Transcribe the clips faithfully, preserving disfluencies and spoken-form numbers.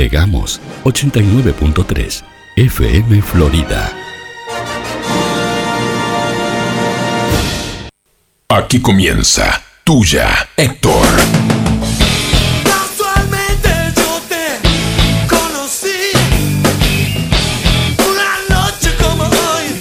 Llegamos, ochenta y nueve punto tres, F M Florida. Aquí comienza Tuya, Héctor. Casualmente yo te conocí una noche como hoy.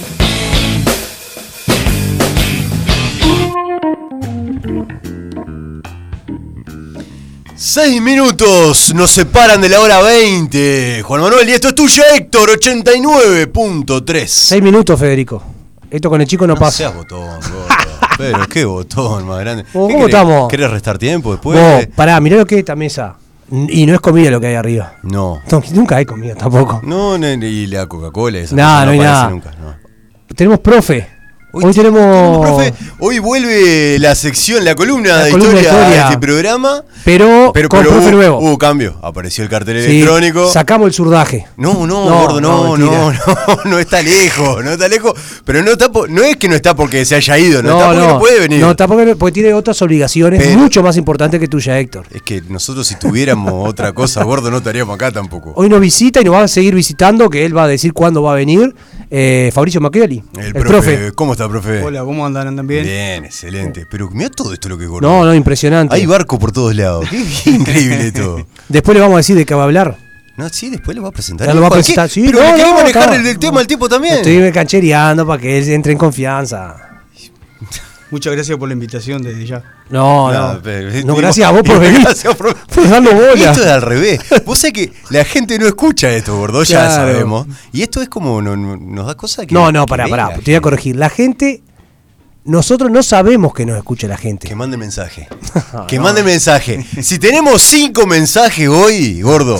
Seis minutos nos separan de la hora veinte. Juan Manuel, y esto es Tuya, Héctor, ochenta y nueve punto tres. Seis minutos, Federico. Esto con el chico no, No pasa. seas botón, gordo. Pero qué botón más grande. ¿Cómo ¿Qué querés? estamos? ¿Querés restar tiempo después? Vos, pará, mirá lo que es esta mesa. Y no es comida lo que hay arriba. No. No, nunca hay comida tampoco. No, no, y la Coca-Cola, esa No, cosa no hay aparece nada. nunca, no. Tenemos profe. Hoy, Hoy tenemos... tenemos profe. Hoy vuelve la sección, la columna, La de, columna historia de historia. de este programa. Pero, Pero, con pero profe hubo, nuevo. hubo cambio. Apareció el cartel Sí, electrónico. sacamos el surdaje. No, no, No, gordo, no, no, no, mentira. no, no está lejos, no está lejos. Pero no está por- no es que no está porque se haya ido, no, No, está porque no, no. puede venir. No, está porque, no- porque tiene otras obligaciones Pero- mucho más importantes que tuya, Héctor. Es que nosotros si tuviéramos otra cosa, gordo, no estaríamos acá tampoco. Hoy nos visita y nos va a seguir visitando, que él va a decir cuándo va a venir. Eh, Fabricio Macchioli, El, el, profe, profe. ¿cómo está, profe? Hola, ¿cómo andan? ¿Andan bien? Bien, excelente. Pero mira todo esto lo que es gordo. No, no, impresionante. Hay barco por todos lados. Qué, qué increíble todo. Después le vamos a decir de qué va a hablar. No, sí, después lo va a presentar. Ya lo va a ¿Por qué? presentar, sí, Pero no, le querés no, manejar está- el, el tema al tipo también. Estoy canchereando para que él entre en confianza. Muchas gracias por la invitación desde ya. No, No, no. pero- No, gracias a vos por venir. Gracias por, Por dando bola. Esto es al revés. Vos sabés que la gente no escucha esto, gordo, ya Claro. sabemos. Y esto es como no- no- nos da cosas que. No, no, que pará, venga, pará. Te voy a corregir. La gente, nosotros no sabemos que nos escucha la gente. Que mande mensaje. Que mande mensaje. Si tenemos cinco mensajes hoy, gordo.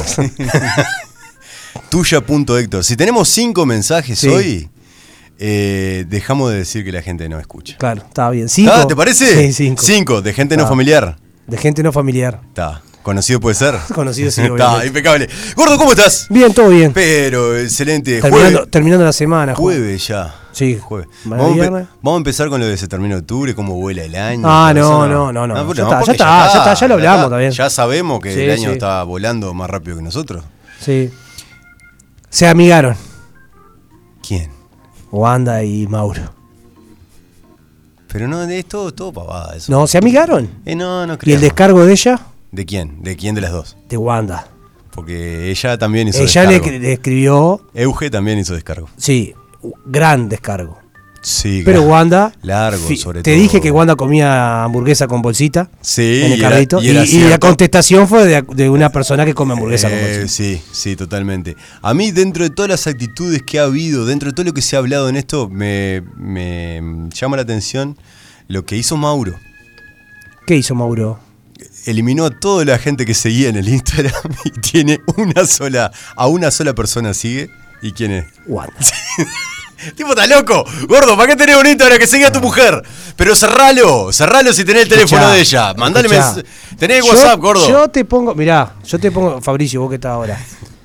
Tuya punto Héctor. Si tenemos cinco mensajes Sí. hoy, eh, dejamos de decir que la gente no escucha. Claro, está bien. Cinco. Ah, ¿te parece? Sí, cinco. Cinco, de gente no Ah. familiar. De gente no familiar. Está. ¿Conocido puede ser? Conocido, sí, Está, obviamente. impecable. Gordo, ¿cómo estás? Bien, todo bien. Pero, excelente. Terminando, Jueves, terminando la semana. jueves. jueves ya. Sí. Jueves. Mañana Vamos, a empe- viernes. vamos a empezar con lo de se termina octubre, cómo vuela el año. Ah, todo no, eso, no, no, no. pues Ya está, porque ya está, ya está, ya lo hablamos también. Ya sabemos que Sí, el año sí. está volando más rápido que nosotros. Sí. Se amigaron. ¿Quién? Wanda y Mauro. Pero no, es todo, todo pavada eso. No, se amigaron. Eh, no, no ¿Y creo. el descargo de ella? ¿De quién? ¿De quién de las dos? De Wanda. Porque ella también hizo Ella le, descargo. le escribió, Euge también hizo descargo. sí, gran descargo. Sí, Pero claro. Wanda, Largo, fi- sobre te todo. dije que Wanda comía hamburguesa con bolsita Sí, en el y era- carrito. y Y, era y la cierto. contestación fue de, de una persona que come hamburguesa con Eh, bolsita. sí, sí, totalmente. A mí, dentro de todas las actitudes que ha habido, dentro de todo lo que se ha hablado en esto, me, me llama la atención lo que hizo Mauro. ¿Qué hizo Mauro? Eliminó a toda la gente que seguía en el Instagram y tiene una sola, a una sola persona sigue. ¿Y quién es? Wanda. Tipo, está loco, gordo, ¿para qué tenés un Instagram que sigue a tu mujer? Pero cerralo, cerralo si tenés el teléfono Escuchá, de ella. Mandale escuchá. mensaje. Tenés el Yo- WhatsApp, gordo. Yo te pongo, mirá, yo te pongo, Fabricio, vos que estás ahora.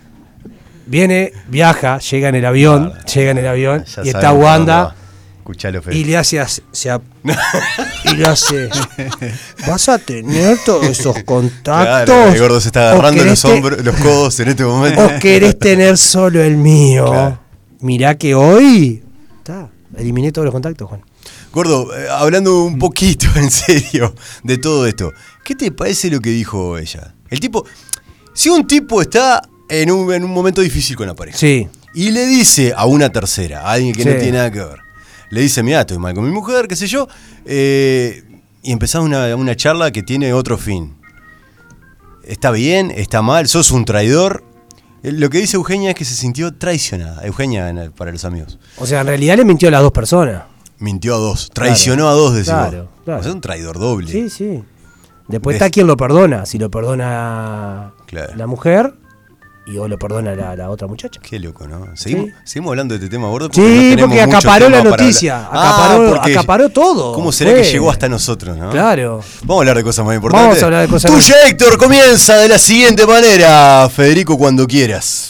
Viene, viaja, llega en el avión, llega en el avión Ya y está sabemos por dónde Wanda va. Escuchalo, Fede. y le hace, as- se ap- y le hace, vas a tener todos esos contactos. Claro, el gordo se está o agarrando querés los, te- hombros, los codos en este momento. O querés tener solo el mío. Claro. Mirá que hoy, está, eliminé todos los contactos, Juan. Gordo, eh, hablando un poquito en serio de todo esto, ¿qué te parece lo que dijo ella? El tipo, si un tipo está en un, en un momento difícil con la pareja Sí, y le dice a una tercera, a alguien que no Sí. tiene nada que ver, le dice, mira, estoy mal con mi mujer, qué sé yo, eh, y empezás una, una charla que tiene otro fin. ¿Está bien? ¿Está mal? ¿Sos un traidor? Eh, Lo que dice Eugenia es que se sintió traicionada. Eugenia en el- para los amigos. o sea, en realidad le mintió a las dos personas. Mintió a dos, traicionó a dos, decimos. Claro, claro. O sea, un traidor doble. Sí, sí. Después ¿Ves? está quien lo perdona. Si lo perdona Claro. la mujer y o lo perdona la, la otra muchacha. Qué loco, ¿no? ¿Seguimos, Sí. seguimos hablando de este tema, gordo? Sí, no tenemos porque mucho acaparó tema la para noticia, hablar. Ah, acaparó- porque acaparó todo. ¿Cómo será Fue. que llegó hasta nosotros, no? Claro. Vamos a hablar de cosas más importantes. Vamos a hablar de cosas Tuya, Héctor, comienza de la siguiente manera. Federico, cuando quieras.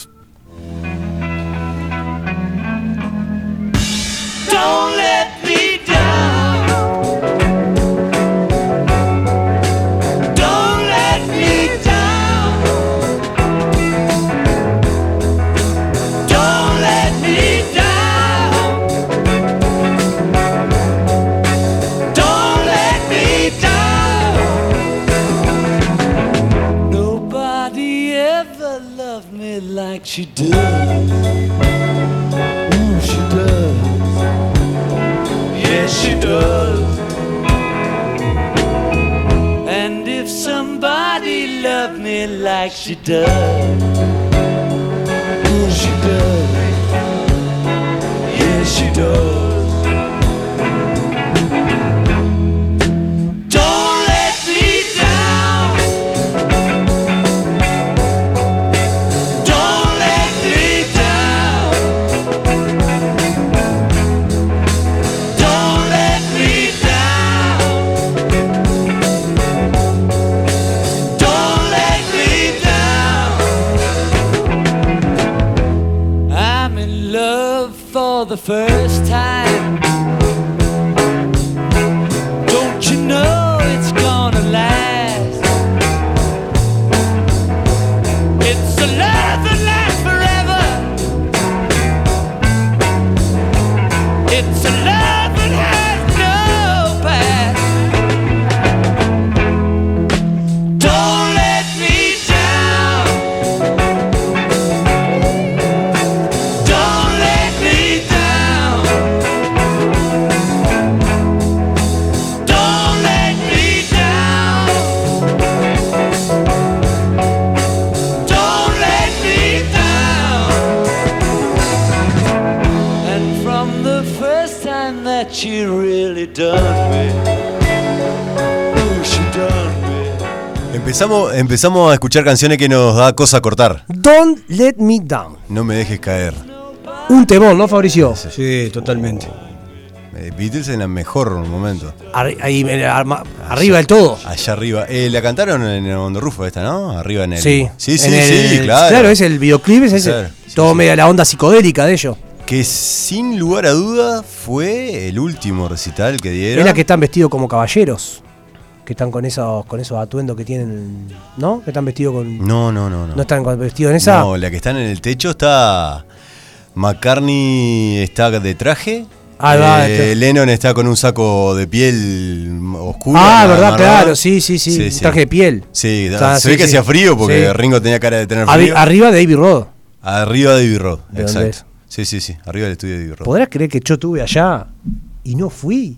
Don't let me down. Don't let me down. she does. Ooh, she does. Yes, she does. And if somebody loved me like she does, ooh, she does. Yes, she does. The first time, don't you know it's gonna last? It's a love that lasts forever. It's a love that has no past. Don't let me down. Don't let me down. She really done me. Ooh, she done me. Empezamos, empezamos a escuchar canciones que nos da cosa cortar. Don't Let Me Down. No me dejes caer. Un temón, ¿no, Fabricio? Sí, totalmente. Eh, Beatles en el mejor momento. Arri- ahí, eh, arma- arriba del todo. Allá arriba. Eh, la cantaron en el Mondo Rufo esta, ¿no? Arriba en el. Sí, sí, sí, en el- sí, claro. Claro, es el videoclip, es ese. Claro, sí, todo sí. media la onda psicodélica de ellos. Que sin lugar a duda fue el último recital que dieron. Es la que están vestidos como caballeros. Que están con esos, con esos atuendos que tienen. ¿No? Que están vestidos con. No, no, no, no. ¿No están con- vestidos en esa? No, la que está en el techo está. McCartney está de traje. Ah, va, eh, este- Lennon está con un saco de piel oscura. Ah, ma- verdad, marrón. claro, sí, sí, sí, un traje de piel. Sí, Ah, se sí, ve que sí. hacía frío porque Sí. Ringo tenía cara de tener Arri- frío. arriba de Abbey Road. Arriba de Abbey Road, ¿De dónde exacto. Sí, sí, sí, arriba del estudio de Abbey Road. ¿Podrás creer que yo estuve allá y no fui?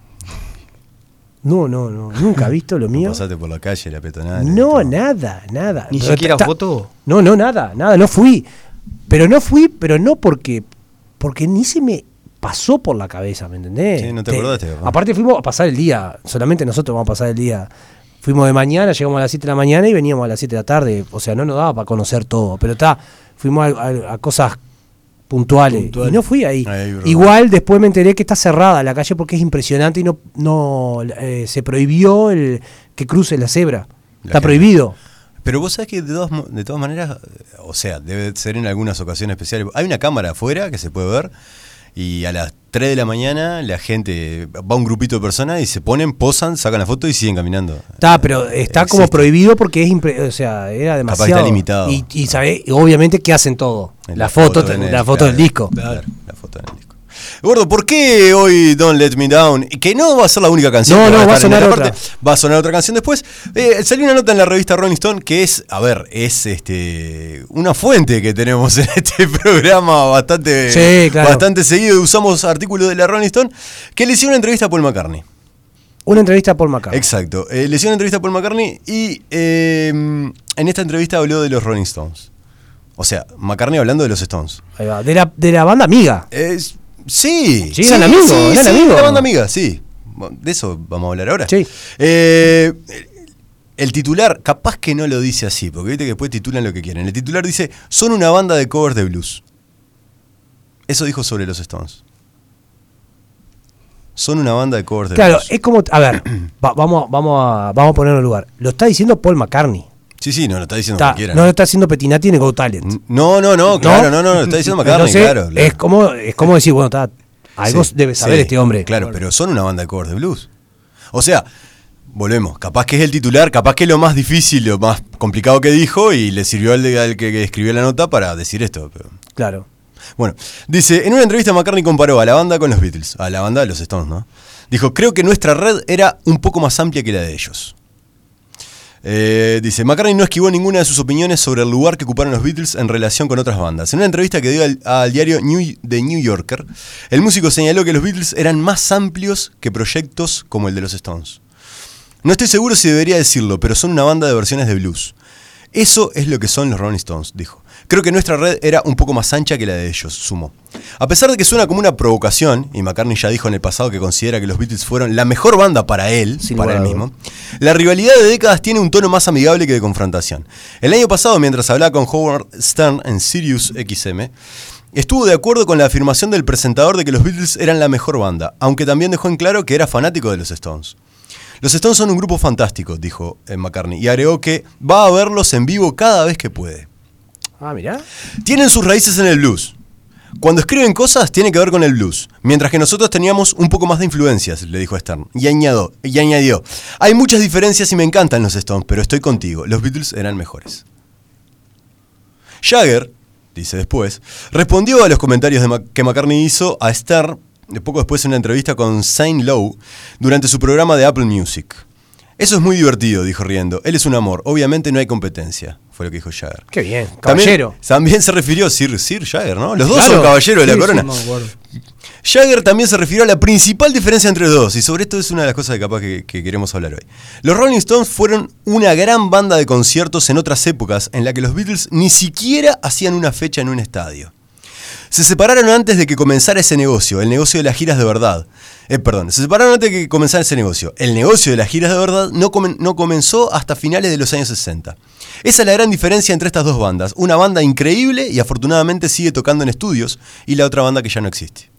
No, no, no. Nunca he visto lo mío. Pasaste por la calle, la peatonal. No, nada, nada. Ni Pero siquiera ta- foto. No, no, nada, nada, no fui. Pero no fui, pero no porque porque ni se me pasó por la cabeza, ¿me entendés? Sí, no te acordaste, papá. Aparte fuimos a pasar el día, solamente nosotros vamos a pasar el día. Fuimos de mañana, llegamos a las siete de la mañana y veníamos a las siete de la tarde. O sea, no nos daba para conocer todo. Pero está, fuimos a, a- a cosas puntuales. Puntuales. Y no fui ahí. Ahí, bro. Igual después me enteré que está cerrada la calle porque es impresionante y no, no eh, se prohibió el que cruce la cebra. La está gente. prohibido. Pero vos sabés que de todas, mo- de todas maneras, o sea, debe ser en algunas ocasiones especiales. Hay una cámara afuera que se puede ver y a las tres de la mañana la gente, va un grupito de personas y se ponen, posan, sacan la foto y siguen caminando. Está, pero está como Existe. prohibido porque es impre- o sea, era demasiado. está limitado. Y, y sabe, y obviamente que hacen todo. En La, foto, en el- la foto claro, del disco. Claro, la foto en el disco. Gordo, ¿por qué hoy Don't Let Me Down? Y que no va a ser la única canción. No, que no, va a estar en sonar esta otra. parte. Va a sonar otra canción después. Eh, salió una nota en la revista Rolling Stone que es, a ver, es este una fuente que tenemos en este programa bastante, Sí, claro. bastante seguido. Usamos artículos de la Rolling Stone que le hicieron una entrevista a Paul McCartney. Una entrevista a Paul McCartney. Exacto. Eh, le hicieron una entrevista a Paul McCartney y eh, en esta entrevista habló de los Rolling Stones. O sea, McCartney hablando de los Stones. Ahí va. De la, de la banda amiga. Es, sí, Sí, eran amigos, eran sí, amigos. la banda amiga, sí. Bueno, de eso vamos a hablar ahora. Sí. Eh, el titular, capaz que no lo dice así, porque viste que después titulan lo que quieren. El titular dice, son una banda de covers de blues. Eso dijo sobre los Stones. Son una banda de covers de Claro, blues. es como. A ver, va- vamos, vamos, a, vamos a ponerlo en lugar. Lo está diciendo Paul McCartney. Sí, sí, no lo está diciendo Está- cualquiera. no lo está haciendo Petinati en Go Talent. No, no, no, claro, no, no, lo está diciendo McCartney, Entonces, claro, claro. Es, como, es como decir, bueno, está, algo Sí, debe saber sí, este hombre. Claro, pero son una banda de covers de blues. O sea, volvemos, capaz que es el titular, capaz que es lo más difícil, lo más complicado que dijo y le sirvió al, de- al que, que escribió la nota para decir esto. Pero... Claro. Bueno, dice, en una entrevista McCartney comparó a la banda con los Beatles, a la banda de los Stones, ¿no? Dijo, creo que nuestra red era un poco más amplia que la de ellos. Eh, dice, McCartney no esquivó ninguna de sus opiniones sobre el lugar que ocuparon los Beatles en relación con otras bandas. En una entrevista que dio al, al diario New, The New Yorker, el músico señaló que los Beatles eran más amplios que proyectos como el de los Stones. No estoy seguro si debería decirlo, pero son una banda de versiones de blues. Eso es lo que son los Rolling Stones, dijo. Creo que nuestra red era un poco más ancha que la de ellos, sumó. A pesar de que suena como una provocación, y McCartney ya dijo en el pasado que considera que los Beatles fueron la mejor banda para él, Sin para él lugar a mismo, la rivalidad de décadas tiene un tono más amigable que de confrontación. El año pasado, mientras hablaba con Howard Stern en Sirius X M, estuvo de acuerdo con la afirmación del presentador de que los Beatles eran la mejor banda, aunque también dejó en claro que era fanático de los Stones. Los Stones son un grupo fantástico, dijo McCartney, y agregó que va a verlos en vivo cada vez que puede. Ah, mirá. Tienen sus raíces en el blues. Cuando escriben cosas, tiene que ver con el blues. Mientras que nosotros teníamos un poco más de influencias, le dijo Stern. Y añadió, y añadió, hay muchas diferencias y me encantan los Stones, pero estoy contigo. Los Beatles eran mejores. Jagger, dice después, respondió a los comentarios de Ma- que McCartney hizo a Stern, poco después en una entrevista con Zane Lowe, durante su programa de Apple Music. Eso es muy divertido, dijo riendo. Él es un amor. Obviamente no hay competencia, fue lo que dijo Jagger. Qué bien, caballero. También, también se refirió a Sir, Sir Jagger, ¿no? Los dos Claro. son caballeros de Sí, la sí, corona. me acuerdo. Jagger también se refirió a la principal diferencia entre los dos, y sobre esto es una de las cosas que capaz que, que queremos hablar hoy. Los Rolling Stones fueron una gran banda de conciertos en otras épocas en la que los Beatles ni siquiera hacían una fecha en un estadio. Se separaron antes de que comenzara ese negocio, el negocio de las giras de verdad. Eh, perdón, se separaron antes de que comenzara ese negocio. El negocio de las giras de verdad no, comen, no comenzó hasta finales de los años sesenta. Esa es la gran diferencia entre estas dos bandas. Una banda increíble y afortunadamente sigue tocando en estudios, y la otra banda que ya no existe.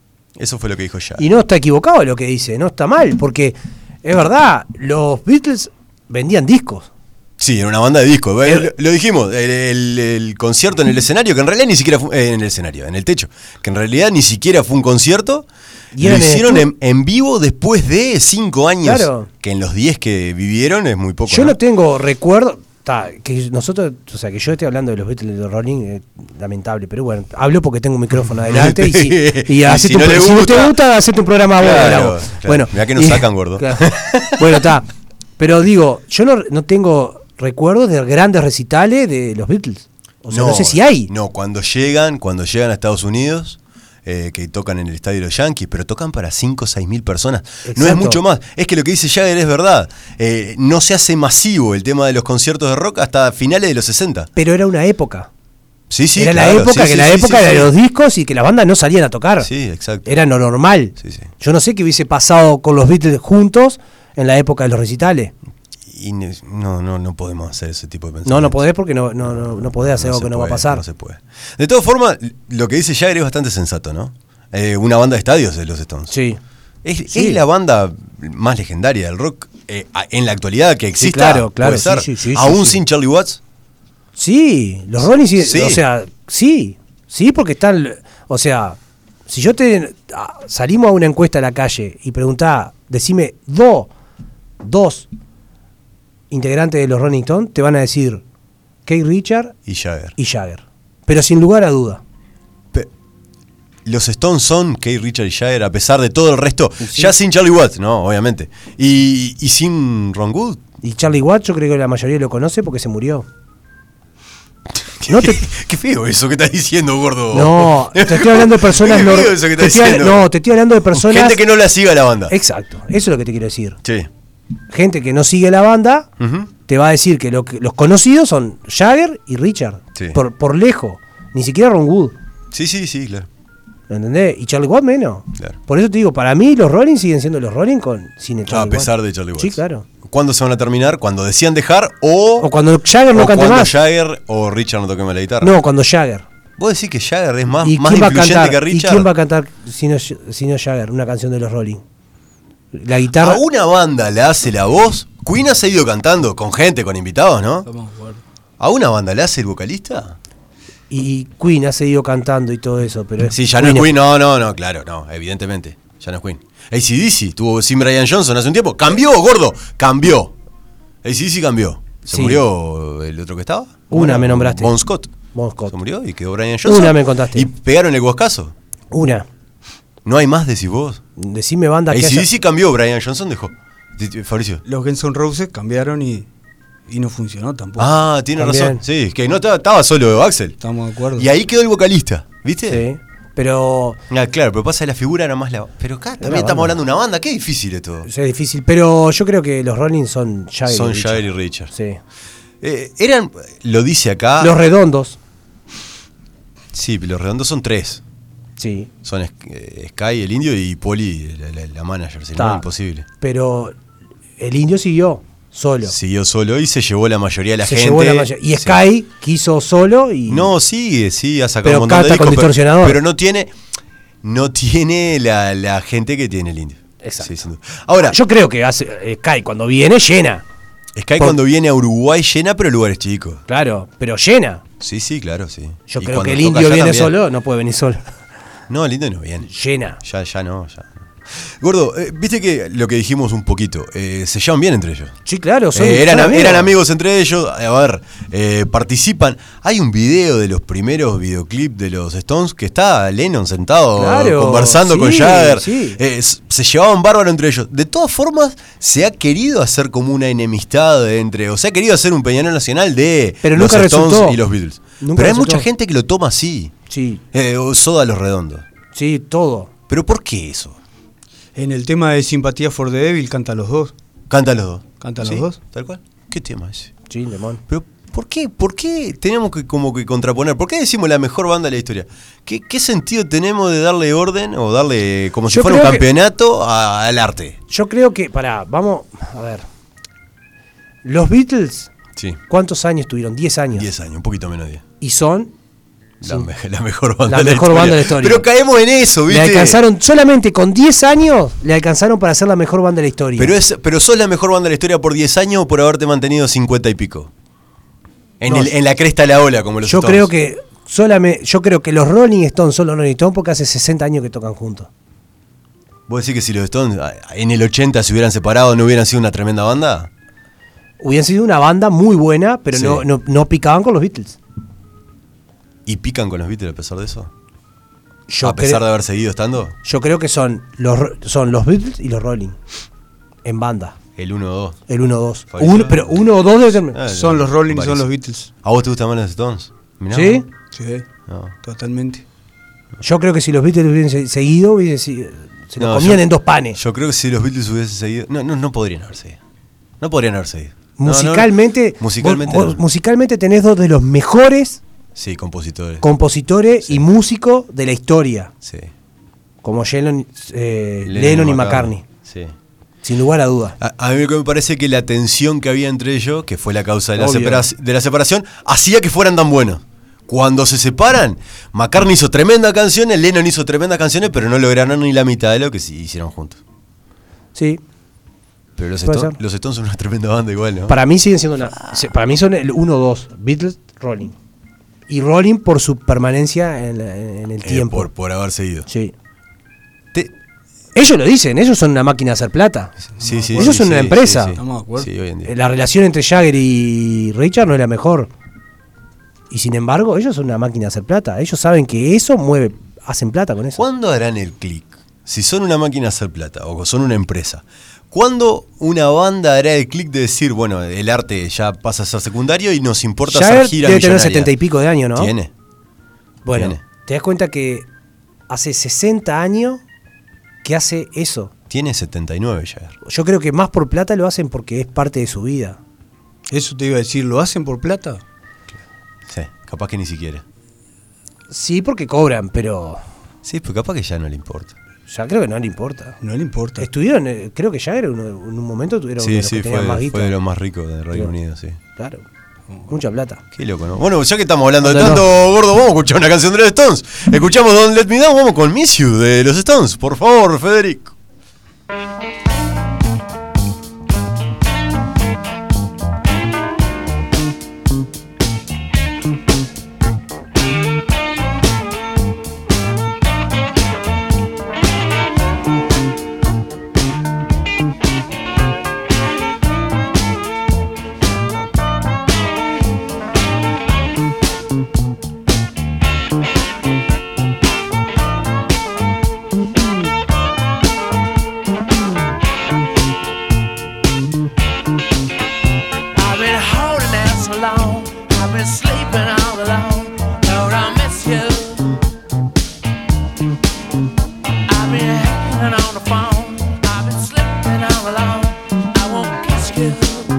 Eso fue lo que dijo Jagger. Y no está equivocado lo que dice, no está mal, porque es verdad, los Beatles vendían discos. Sí, era una banda de discos. Eh, lo, lo dijimos, el, el, el concierto en el escenario, que en realidad ni siquiera fue, eh, en el escenario, en el techo, que en realidad ni siquiera fue un concierto. Y lo eran en hicieron estu- en, en vivo después de cinco años. Claro. Que en los diez que vivieron es muy poco. Yo ¿no? no tengo recuerdo, ta, que nosotros, o sea, que yo esté hablando de los Beatles de los Rolling, eh, lamentable, pero bueno, hablo porque tengo un micrófono adelante y si, y Y hacete si un no pro- le si no te gusta- gusta, hacete un programa vos, Claro, bravo. claro. Bueno, Mirá que nos y- sacan, gordo. Claro. Bueno, está. Pero digo, yo no, no tengo recuerdos de grandes recitales de los Beatles. O sea, no, sé si hay. No, cuando llegan, cuando llegan a Estados Unidos, eh, que tocan en el estadio de los Yankees, pero tocan para cinco o seis mil personas. No es Exacto. mucho más. Es que lo que dice Jagger es verdad. Eh, no se hace masivo el tema de los conciertos de rock hasta finales de los sesenta. Pero era una época. Sí, sí, era claro, la época sí, que sí, la sí, época sí, de sí. los discos y que las bandas no salían a tocar. Sí, exacto. Era lo normal. Sí, sí. Yo no sé qué hubiese pasado con los Beatles juntos en la época de los recitales. Y ne- no, no, no podemos hacer ese tipo de pensamientos. No, no podés porque no, no, no, no podés hacer algo se que no va a puede, pasar. No se puede. De todas formas, lo que dice Jagger es bastante sensato, ¿no? Eh, una banda de estadios de los Stones. Sí. Es, Sí. es la banda más legendaria del rock eh, a- en la actualidad que existe. claro, claro, puede ser. sí, sí, sí, Aún sí, sí. sin Charlie Watts. Sí, los Rolling sí, Sí. o sea, sí, sí, porque están, o sea, si yo te ah, salimos a una encuesta a la calle y preguntá, decime dos, dos integrantes de los Rolling Stones, te van a decir Keith Richards Y Jagger. y Jagger, pero sin lugar a duda. Pe- Los Stones son Keith Richards y Jagger a pesar de todo el resto. Sí. Ya sin Charlie Watts, no, obviamente. Y, y sin Ron Wood. Y Charlie Watts yo creo que la mayoría lo conoce porque se murió. No te- Qué feo eso que estás diciendo, gordo. No, te estoy hablando de personas Qué nor- feo eso que te estás estoy hab- diciendo. No, te estoy hablando de personas. Gente que no la siga la banda. Exacto, eso es lo que te quiero decir. Sí. Gente que no sigue la banda Ujú. te va a decir que, lo que los conocidos son Jagger y Richard. Sí. Por, por lejos. Ni siquiera Ron Wood. Sí, sí, sí, claro. ¿Entendés? Y Charlie Watts menos. Claro. Por eso te digo, para mí los Rolling siguen siendo los Rolling con, sin el Ah, Charlie a pesar Watts. de Charlie Watts. Sí, claro. ¿Cuándo se van a terminar? ¿Cuando decían dejar o, O cuando Jagger no o cante cuando más. Jagger o Richard no toquen más la guitarra? No, cuando Jagger. ¿Vos decís que Jagger es más, ¿Y más quién va a influyente cantar? que ¿Y Richard? quién va a cantar si no, si no Jagger? Una canción de los Rolling. La guitarra. A una banda le hace la voz. Queen ha seguido cantando con gente, con invitados, ¿no? Estamos de acuerdo. ¿A una banda le hace el vocalista? Y Queen ha seguido cantando y todo eso. Pero Sí, ya no es Queen. No, no, no, claro, no, evidentemente. Ya no es Queen. A C D C tuvo sin Brian Johnson hace un tiempo. Cambió, gordo, cambió. A C D C cambió. ¿Se Sí. murió el otro que estaba? Una me nombraste. Bon Scott. Bon Scott. Se murió y quedó Brian Johnson. Una me contaste. Y pegaron el guascazo. Una. No hay más, decís vos. Decime banda que A C D haya... C cambió, Brian Johnson dejó. D- Fabricio. Los Guns N' Roses cambiaron y Y no funcionó tampoco. Ah, tiene También. razón. Sí, es que no estaba, estaba solo Axel. Estamos de acuerdo. Y ahí quedó el vocalista, ¿viste? Sí. Pero Ah, claro, pero pasa que la figura era más la. Pero acá también banda. estamos hablando de una banda, qué difícil es todo. es difícil. Pero yo creo que los Rolling son Jagger. Son y Richard. Jagger y Richard. Sí. Eh, eran, lo dice acá. Los Redondos. Sí, los redondos son tres. Sí. Son eh, Sky, el indio, y Poli, la, la- la manager. Si no, Está. imposible. Pero el indio siguió solo. Siguió solo y se llevó la mayoría de la Se gente. llevó la mayor- Y Sí. Sky quiso solo y. No, sigue, sí, ha sacado Pero un montón de canta con discos, pero- distorsionador. Pero, no tiene no tiene la, la gente que tiene el indio. Exacto. Sí, sin duda. Ahora, Yo creo que hace, eh, Sky cuando viene llena. Sky por- cuando viene a Uruguay llena, pero lugares chicos. Claro, pero llena. Sí, sí, claro, sí. Yo Y creo cuando que el toca indio allá viene también. solo, no puede venir solo. No, el indio no viene. Llena. Ya, ya no, ya. Gordo, eh, viste que lo que dijimos un poquito, eh, se llevan bien entre ellos. Sí, claro, son, Eh, eran, son am- amigos. eran amigos entre ellos, a ver, eh, participan. Hay un video de los primeros videoclips de los Stones que está Lennon sentado Claro, conversando sí, con Jagger. sí. Eh, s- se llevaban bárbaro entre ellos. De todas formas, se ha querido hacer como una enemistad entre, o se ha querido hacer un Peñarol nacional de Pero los nunca Stones resultó. y los Beatles. Nunca Pero hay resultó. mucha gente que lo toma así. Sí, Eh, o Soda a los redondos. sí, todo. ¿Pero por qué eso? En el tema de Simpatía for the Devil canta los dos. Cantan los dos. ¿Cantan ¿Sí? los dos? ¿Tal cual? ¿Qué tema ese? Sí, Lemón. Pero ¿por qué? ¿Por qué tenemos que como que contraponer? ¿Por qué decimos la mejor banda de la historia? ¿Qué, qué sentido tenemos de darle orden o darle como si Yo fuera un creo que- campeonato a- al arte? Yo creo que, pará, vamos, a ver. Los Beatles, Sí. ¿cuántos años tuvieron? diez años. diez años, un poquito menos de diez. Y son, La, sí, me- la mejor banda La de la mejor historia. banda de la historia. Pero caemos en eso, le ¿viste? alcanzaron, solamente con diez años, le alcanzaron para ser la mejor banda de la historia. Pero, es, pero sos la mejor banda de la historia por diez años o por haberte mantenido cincuenta y pico. En, No, el- en la cresta de la ola, como los yo Stones. creo que solamente, yo creo que los Rolling Stones son los Rolling Stones porque hace sesenta años que tocan juntos. ¿Vos decís que si los Stones ah, en el ochenta se hubieran separado no hubieran sido una tremenda banda? Hubieran sido una banda muy buena, pero Sí. no, no, no picaban con los Beatles. ¿Y pican con los Beatles a pesar de eso? Yo a pesar creo, de haber seguido estando. yo creo que son los, Ro- son los Beatles y los Rolling en banda. El uno o dos. El uno dos. Fabricio. Uno, pero uno o dos debe ser. Ah, Son los Rolling y son varios. los Beatles. ¿A vos te gustan más los Stones? Mirá, ¿Sí? Sí, No. totalmente. Yo creo que si los Beatles hubiesen se- seguido, hubiesen sido- se lo No, comían yo- en dos panes. Yo creo que si los Beatles hubiesen seguido. No, no, no podrían haber seguido. No podrían haber seguido. No, no, no. musicalmente, Musicalmente. vos- vos- no. musicalmente tenés dos de los mejores Sí, compositores. compositores Sí. y músicos de la historia, Sí. como Lennon, eh, Lennon y McCartney, Sí. sin lugar a dudas. A, a mí lo que me parece que la tensión que había entre ellos, que fue la causa de la, Obvio. separa- de la separación, hacía que fueran tan buenos. Cuando se separan, McCartney hizo tremendas canciones, Lennon hizo tremendas canciones, pero no lograron ni la mitad de lo que sí hicieron juntos. Sí, Pero los, Puede Stones, ser. los Stones son una tremenda banda igual, ¿no? para mí siguen siendo una, se- para mí son el uno dos, Beatles, Rolling. Y Rolling por su permanencia en, la- en el Eh, tiempo. por, por haber seguido. Sí. Te- Ellos lo dicen, ellos son una máquina de hacer plata. sí, sí, Ellos sí, son sí, una sí, empresa. sí. Estamos de acuerdo. Sí, hoy en día. Eh, La relación entre Jagger y Richard no es la mejor. Y sin embargo, ellos son una máquina de hacer plata. Ellos saben que eso mueve, hacen plata con eso. ¿Cuándo harán el clic? Si son una máquina de hacer plata o son una empresa, ¿cuándo una banda hará el clic de decir, bueno, el arte ya pasa a ser secundario y nos importa Jagger hacer gira debe tener millonaria? setenta y pico de años, ¿no? Tiene. Bueno, tiene. te das cuenta que hace sesenta años que hace eso. Tiene setenta y nueve Jagger. Yo creo que más por plata lo hacen porque es parte de su vida. Eso te iba a decir, ¿lo hacen por plata? Sí, capaz que ni siquiera. Sí, porque cobran, pero Sí, pues capaz que ya no le importa. ya creo que no le importa. No le importa. Estuvieron, eh, creo que Jagger uno- en un momento tuvieron Sí, uno de los sí, que tenían más fue, guita. fue de los más ricos del Reino Claro. Unido, sí. Claro, mucha plata. Qué loco, ¿no? Bueno, ya que estamos hablando de No, no. tanto, gordo, vamos a escuchar una canción de los Stones. Escuchamos Don't Let Me Down, vamos con Miss You de los Stones. Por favor, Federico. Thank talking on the phone. I've been slipping all alone. I won't kiss you.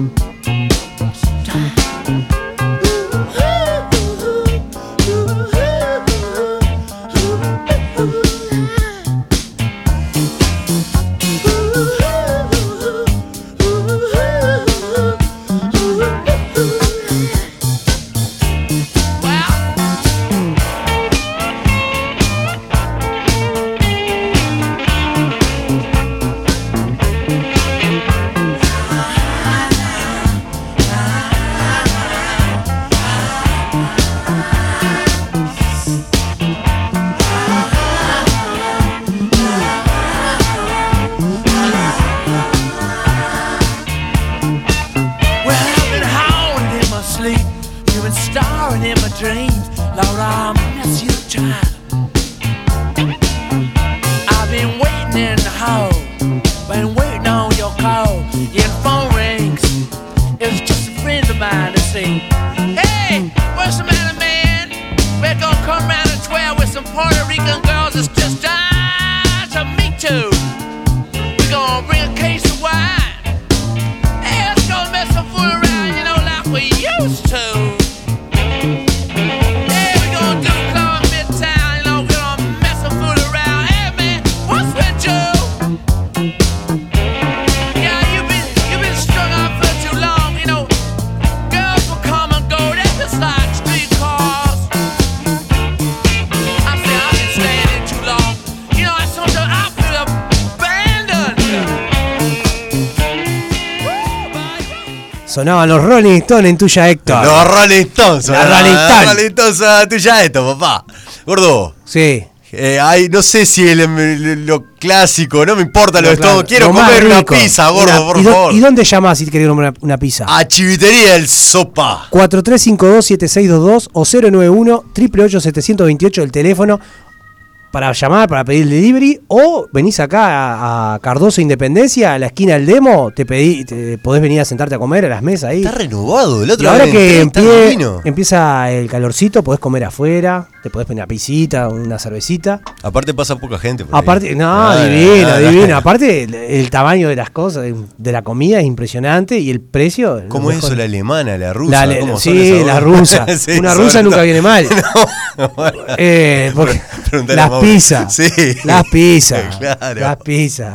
Sonaban los Rolling Stones en tuya, Héctor. Los Rolling Stones. La Rolling Stones. Rolling Stones a tuya, esto, papá. Gordo. Sí. Eh, hay, no sé si el, el, lo clásico, no me importa lo de claro, todo. Quiero lo comer una rico. pizza, gordo, Una, por ¿y do, favor. ¿Y dónde llamás si querés comer una, una pizza? A Chivitería El Sopa. cuatro tres cinco dos siete seis dos dos o cero nueve uno, ocho ocho siete dos ocho el teléfono para llamar, para pedir delivery, o venís acá a, a Cardoso Independencia, a la esquina del Demo, te pedí, te, podés venir a sentarte a comer a las mesas ahí. Está renovado, el otro Y ahora vez que entré, empie- está divino. empieza el calorcito, podés comer afuera, te podés poner una pisita, una cervecita. Aparte pasa poca gente por ahí. Aparte, no, Ah, divino, ah, divino. ah. Aparte, el, el tamaño de las cosas, de la comida es impresionante y el precio. ¿Cómo lo es mejor. eso, la alemana, la rusa? La- ¿Cómo son sí, esas la dos? rusa. Sí, Una sobre rusa nunca todo. viene mal. No, bueno. Eh, porque Preguntale a las Mauro. pizzas. Sí. Las pizzas. Claro. Las pizzas.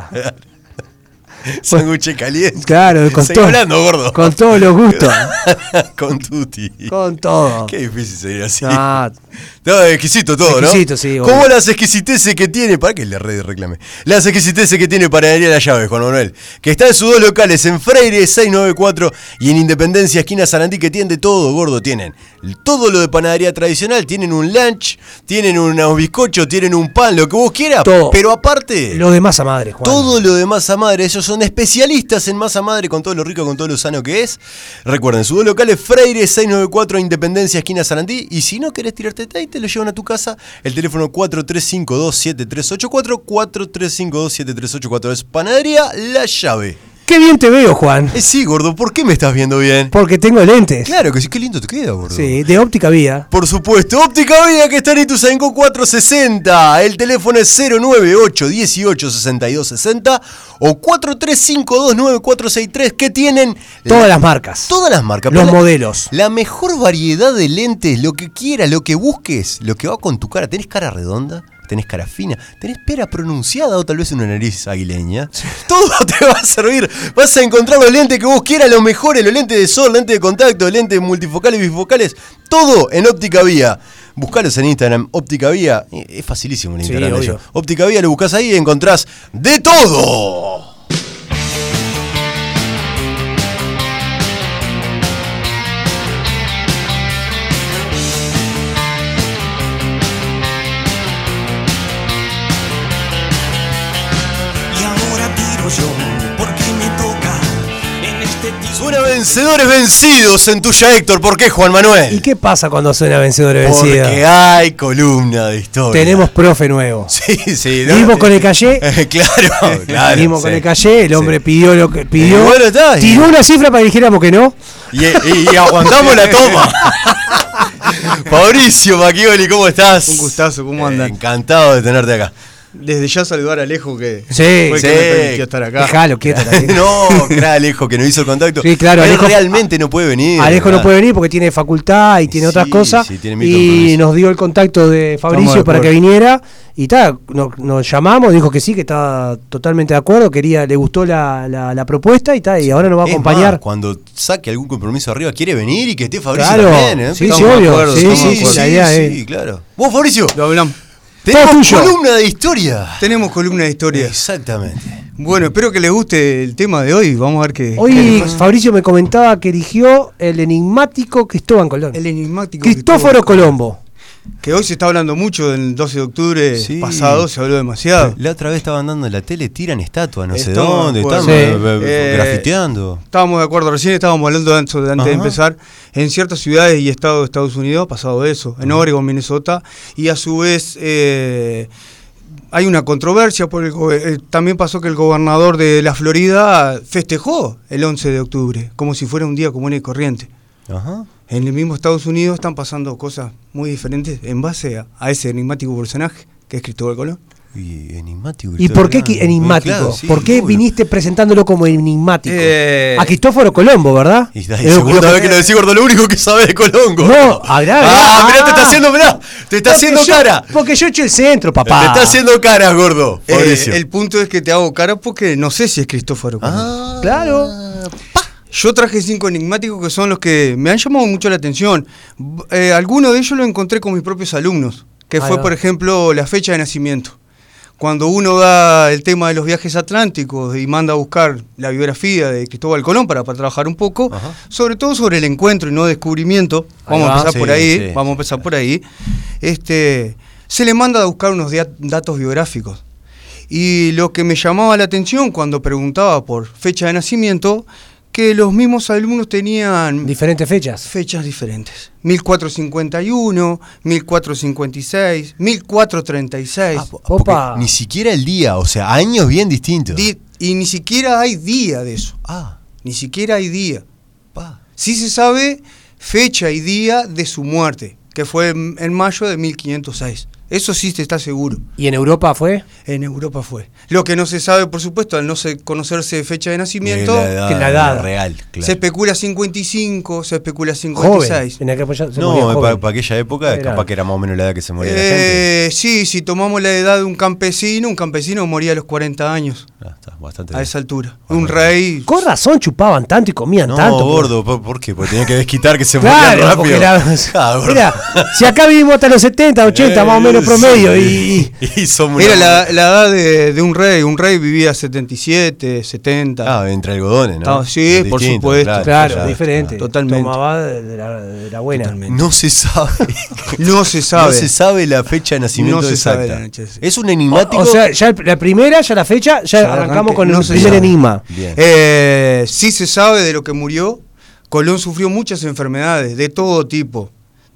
Sándwich caliente. Claro, con Seguí todo. hablando, gordo. Con todos los gustos. Con tutti. Con todo. Qué difícil seguir así. Ah, No, exquisito todo, Exquisito, ¿no? sí, Como obvio. las exquisiteces que tiene, para que le red reclame. Las exquisiteces que tiene Panadería La Llave, Juan Manuel, que está en sus dos locales, en Freire seiscientos noventa y cuatro y en Independencia, esquina Sarandí, que tienen de todo, gordo. Tienen todo lo de panadería tradicional, tienen un lunch, tienen unos bizcochos, tienen un pan, lo que vos quieras, Todo. pero aparte, lo de masa madre, Juan. todo lo de masa madre, ellos son especialistas en masa madre, con todo lo rico, con todo lo sano que es. Recuerden, sus dos locales, Freire seiscientos noventa y cuatro, Independencia, esquina Sarandí. Y si no querés tirarte ahí, te lo llevan a tu casa. El teléfono cuatro tres cinco dos siete tres ocho cuatro, cuatro tres cinco dos siete tres ocho cuatro. Es Panadería La Llave. Qué bien te veo, Juan. Eh, sí, gordo, ¿por qué me estás viendo bien? Porque tengo lentes. Claro que sí, qué lindo te queda, gordo. Sí, de óptica vía. Por supuesto, Óptica Vía, que está en Ituzaingó cuatrocientos sesenta. El teléfono es cero nueve ocho dieciocho sesenta y dos sesenta o cuatro tres cinco dos nueve cuatro seis tres, que tienen Todas la- las marcas. todas las marcas. Los pero la- modelos. La mejor variedad de lentes, lo que quieras, lo que busques, lo que va con tu cara. ¿Tenés cara redonda? ¿Tenés cara fina? ¿Tenés pera pronunciada o tal vez una nariz aguileña? Todo te va a servir. Vas a encontrar los lentes que vos quieras, los mejores, los lentes de sol, lentes de contacto, lentes multifocales, bifocales, todo en Óptica Vía. Buscalos en Instagram, Óptica Vía. Eh, Es facilísimo en Sí, Instagram. obvio. ello. Óptica Vía, lo buscás ahí y encontrás de todo. Y ahora tiro yo, porque me toca en este tiro. Suena vencedores vencidos en tuya, Héctor. ¿Por qué, Juan Manuel? ¿Y qué pasa cuando suena vencedor y Porque vencido? hay columna de historia. Tenemos profe nuevo. Sí, sí. ¿no? Vimos con el Calle. claro, claro. Vimos sí. con el Calle, el hombre Sí. pidió lo que pidió. Y bueno, está, y- tiró una cifra para que dijéramos que no. Y, y- y aguantamos la toma. Fabricio Macchioli, ¿cómo estás? Un gustazo, ¿cómo Eh, andan? encantado de tenerte acá. Desde ya saludar a Alejo que Sí, fue el sí. que me permitió estar acá. Dejalo quieto. Alejo. No, era Alejo que no hizo el contacto. Sí, claro, Él Alejo- realmente no puede venir. Alejo no ¿verdad? puede venir porque tiene facultad y tiene Sí, otras cosas. sí, tiene mil Y compromisos. nos dio el contacto de Estamos Fabricio de para que acuerdo. viniera. Y tal, nos, nos llamamos, dijo que sí, que estaba totalmente de acuerdo, quería, le gustó la, la, la propuesta y tal, y ahora nos va a Es acompañar. más, cuando saque algún compromiso arriba, quiere venir y que esté Fabricio Claro, también, ¿eh? sí, Estamos sí, de obvio. acuerdo, Sí, estamos sí, de sí, acuerdo. la idea es. sí, claro. Vos, Fabricio, Lo hablamos. tenemos tuyo. columna de historia. Tenemos columna de historia. Exactamente. Bueno, espero que les guste el tema de hoy. Vamos a ver qué. qué Hoy les pasa. Fabricio me comentaba que eligió el enigmático Cristóbal Colón. El enigmático Cristóforo Colombo. Que hoy se está hablando mucho del doce de octubre Sí. pasado, se habló demasiado. La otra vez estaban dando en la tele, tiran estatuas, no sé Estamos de dónde, acuerdo. están Sí. eh, eh, Eh, grafiteando. Estábamos de acuerdo, recién estábamos hablando de antes, antes de Ajá. empezar. En ciertas ciudades y estados de Estados Unidos ha pasado eso, en Oregon, Minnesota, y a su vez eh, hay una controversia, por el, go- eh, también pasó que el gobernador de la Florida festejó el once de octubre, como si fuera un día común y corriente. Ajá. En el mismo Estados Unidos están pasando cosas muy diferentes en base a, a ese enigmático personaje que es Cristóbal Colón. Y enigmático. ¿Y por qué Cristóbal qui- enigmático? Claro, sí, ¿Por qué obvio. viniste presentándolo como enigmático? Eh, A Cristóforo Colombo, ¿verdad? Y está, y Eh, segunda lo- vez que lo decís, gordo, lo único que sabes de Colón, gordo. No, agrá, Ah, agrá. mirá, te está Ah. haciendo, mirá, te está Porque haciendo yo- cara. Porque yo eché el centro, papá. Te está haciendo caras, gordo. eh, Fabricio. el punto es que te hago cara porque no sé si es Cristóforo Colón. Ah, Claro. Yo traje cinco enigmáticos que son los que me han llamado mucho la atención. B- eh, algunos de ellos los encontré con mis propios alumnos, que Ahí fue, va. por ejemplo, la fecha de nacimiento. Cuando uno da el tema de los viajes atlánticos y manda a buscar la biografía de Cristóbal Colón para, para trabajar un poco, Ajá. sobre todo sobre el encuentro y no descubrimiento, Ahí vamos a va. empezar Sí, por ahí, sí. vamos a empezar por ahí, este, se le manda a buscar unos dia- datos biográficos. Y lo que me llamaba la atención cuando preguntaba por fecha de nacimiento, que los mismos alumnos tenían Diferentes fechas. fechas diferentes. mil cuatrocientos cincuenta y uno, mil cuatrocientos cincuenta y seis, mil cuatrocientos treinta y seis. Ah, po- porque Opa. ni siquiera el día, o sea, años bien distintos. Di- y ni siquiera hay día de eso. Ah, Ni siquiera hay día. pa. Sí se sabe fecha y día de su muerte, que fue en, en mayo de mil quinientos seis. Eso sí se está seguro. ¿Y en Europa fue? En Europa fue. Lo que no se sabe, por supuesto, al no se conocerse fecha de nacimiento, Ni la edad, que la edad. real, claro. se especula cincuenta y cinco, se especula cincuenta y seis. Joven. En aquella época se moría No, joven. para aquella época, Era- capaz que era más o menos la edad que se moría la gente. Eh, sí, si tomamos la edad de un campesino, un campesino moría a los cuarenta años, Ah, está bastante a bien. esa altura. Un rey... Con razón chupaban tanto y comían No, tanto. gordo, ¿por, por qué? Porque tenía que desquitar que se Claro, morían porque rápido. la- Ah, gordo. Mira, si acá vivimos hasta los setenta, ochenta, Eh, más o menos sí. promedio, y, Y somos Era una- la, la edad de, de un rey, un rey vivía setenta y siete, setenta. Ah, entre algodones, ¿no? Ah, sí, Es por distinto, supuesto. claro, claro, diferente. Totalmente. Tomaba de, de la, de la buena. Totalmente. No se sabe. No se sabe. No se sabe la fecha de nacimiento No se exacta. sabe la noche, sí. Es un enigmático. O, o sea, ya el- la primera, ya la fecha, ya, Ya arrancamos arranque, con no el se primer sabe. enigma. Bien. Eh, sí se sabe de lo que murió. Colón sufrió muchas enfermedades de todo tipo,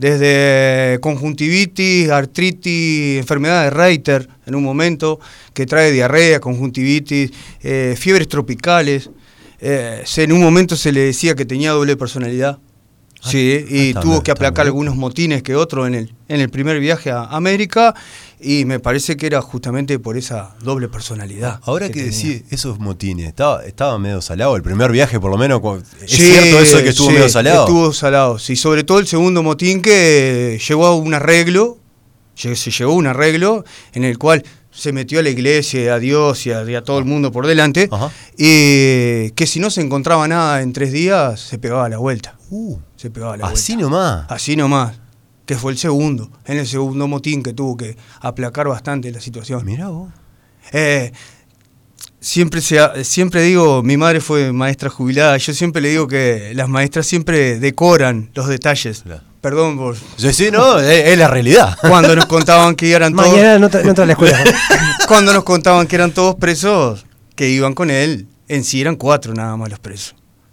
desde conjuntivitis, artritis, enfermedad de Reiter en un momento, que trae diarrea, conjuntivitis, eh, fiebres tropicales. Eh, se- en un momento se le decía que tenía doble personalidad. Sí, y está tuvo bien, que está aplacar bien. algunos motines que otro en el, en el primer viaje a América, y me parece que era justamente por esa doble personalidad. Ahora que, tenía. decís esos motines, estaba, estaba medio salado. El primer viaje, por lo menos. cu- ¿Es Sí, cierto eso de que estuvo sí, medio salado? Estuvo salado, sí. Sobre todo el segundo motín que llegó a un arreglo, lle- se llegó a un arreglo en el cual se metió a la iglesia, a Dios y a, y a todo el mundo por delante, Ajá. y que si no se encontraba nada en tres días, se pegaba la vuelta. Uh, Se pegaba la así vuelta. nomás. Así nomás. Que fue el segundo, en el segundo motín que tuvo que aplacar bastante la situación. Mirá vos. Eh, siempre, se ha- siempre digo, mi madre fue maestra jubilada, yo siempre le digo que las maestras siempre decoran los detalles. Claro. Perdón por... Sí, sí, no, es, es la realidad. Cuando nos contaban que eran todos... Mañana no, tra- no entra a la escuela. Cuando nos contaban que eran todos presos, que iban con él, en sí eran cuatro nada más los presos.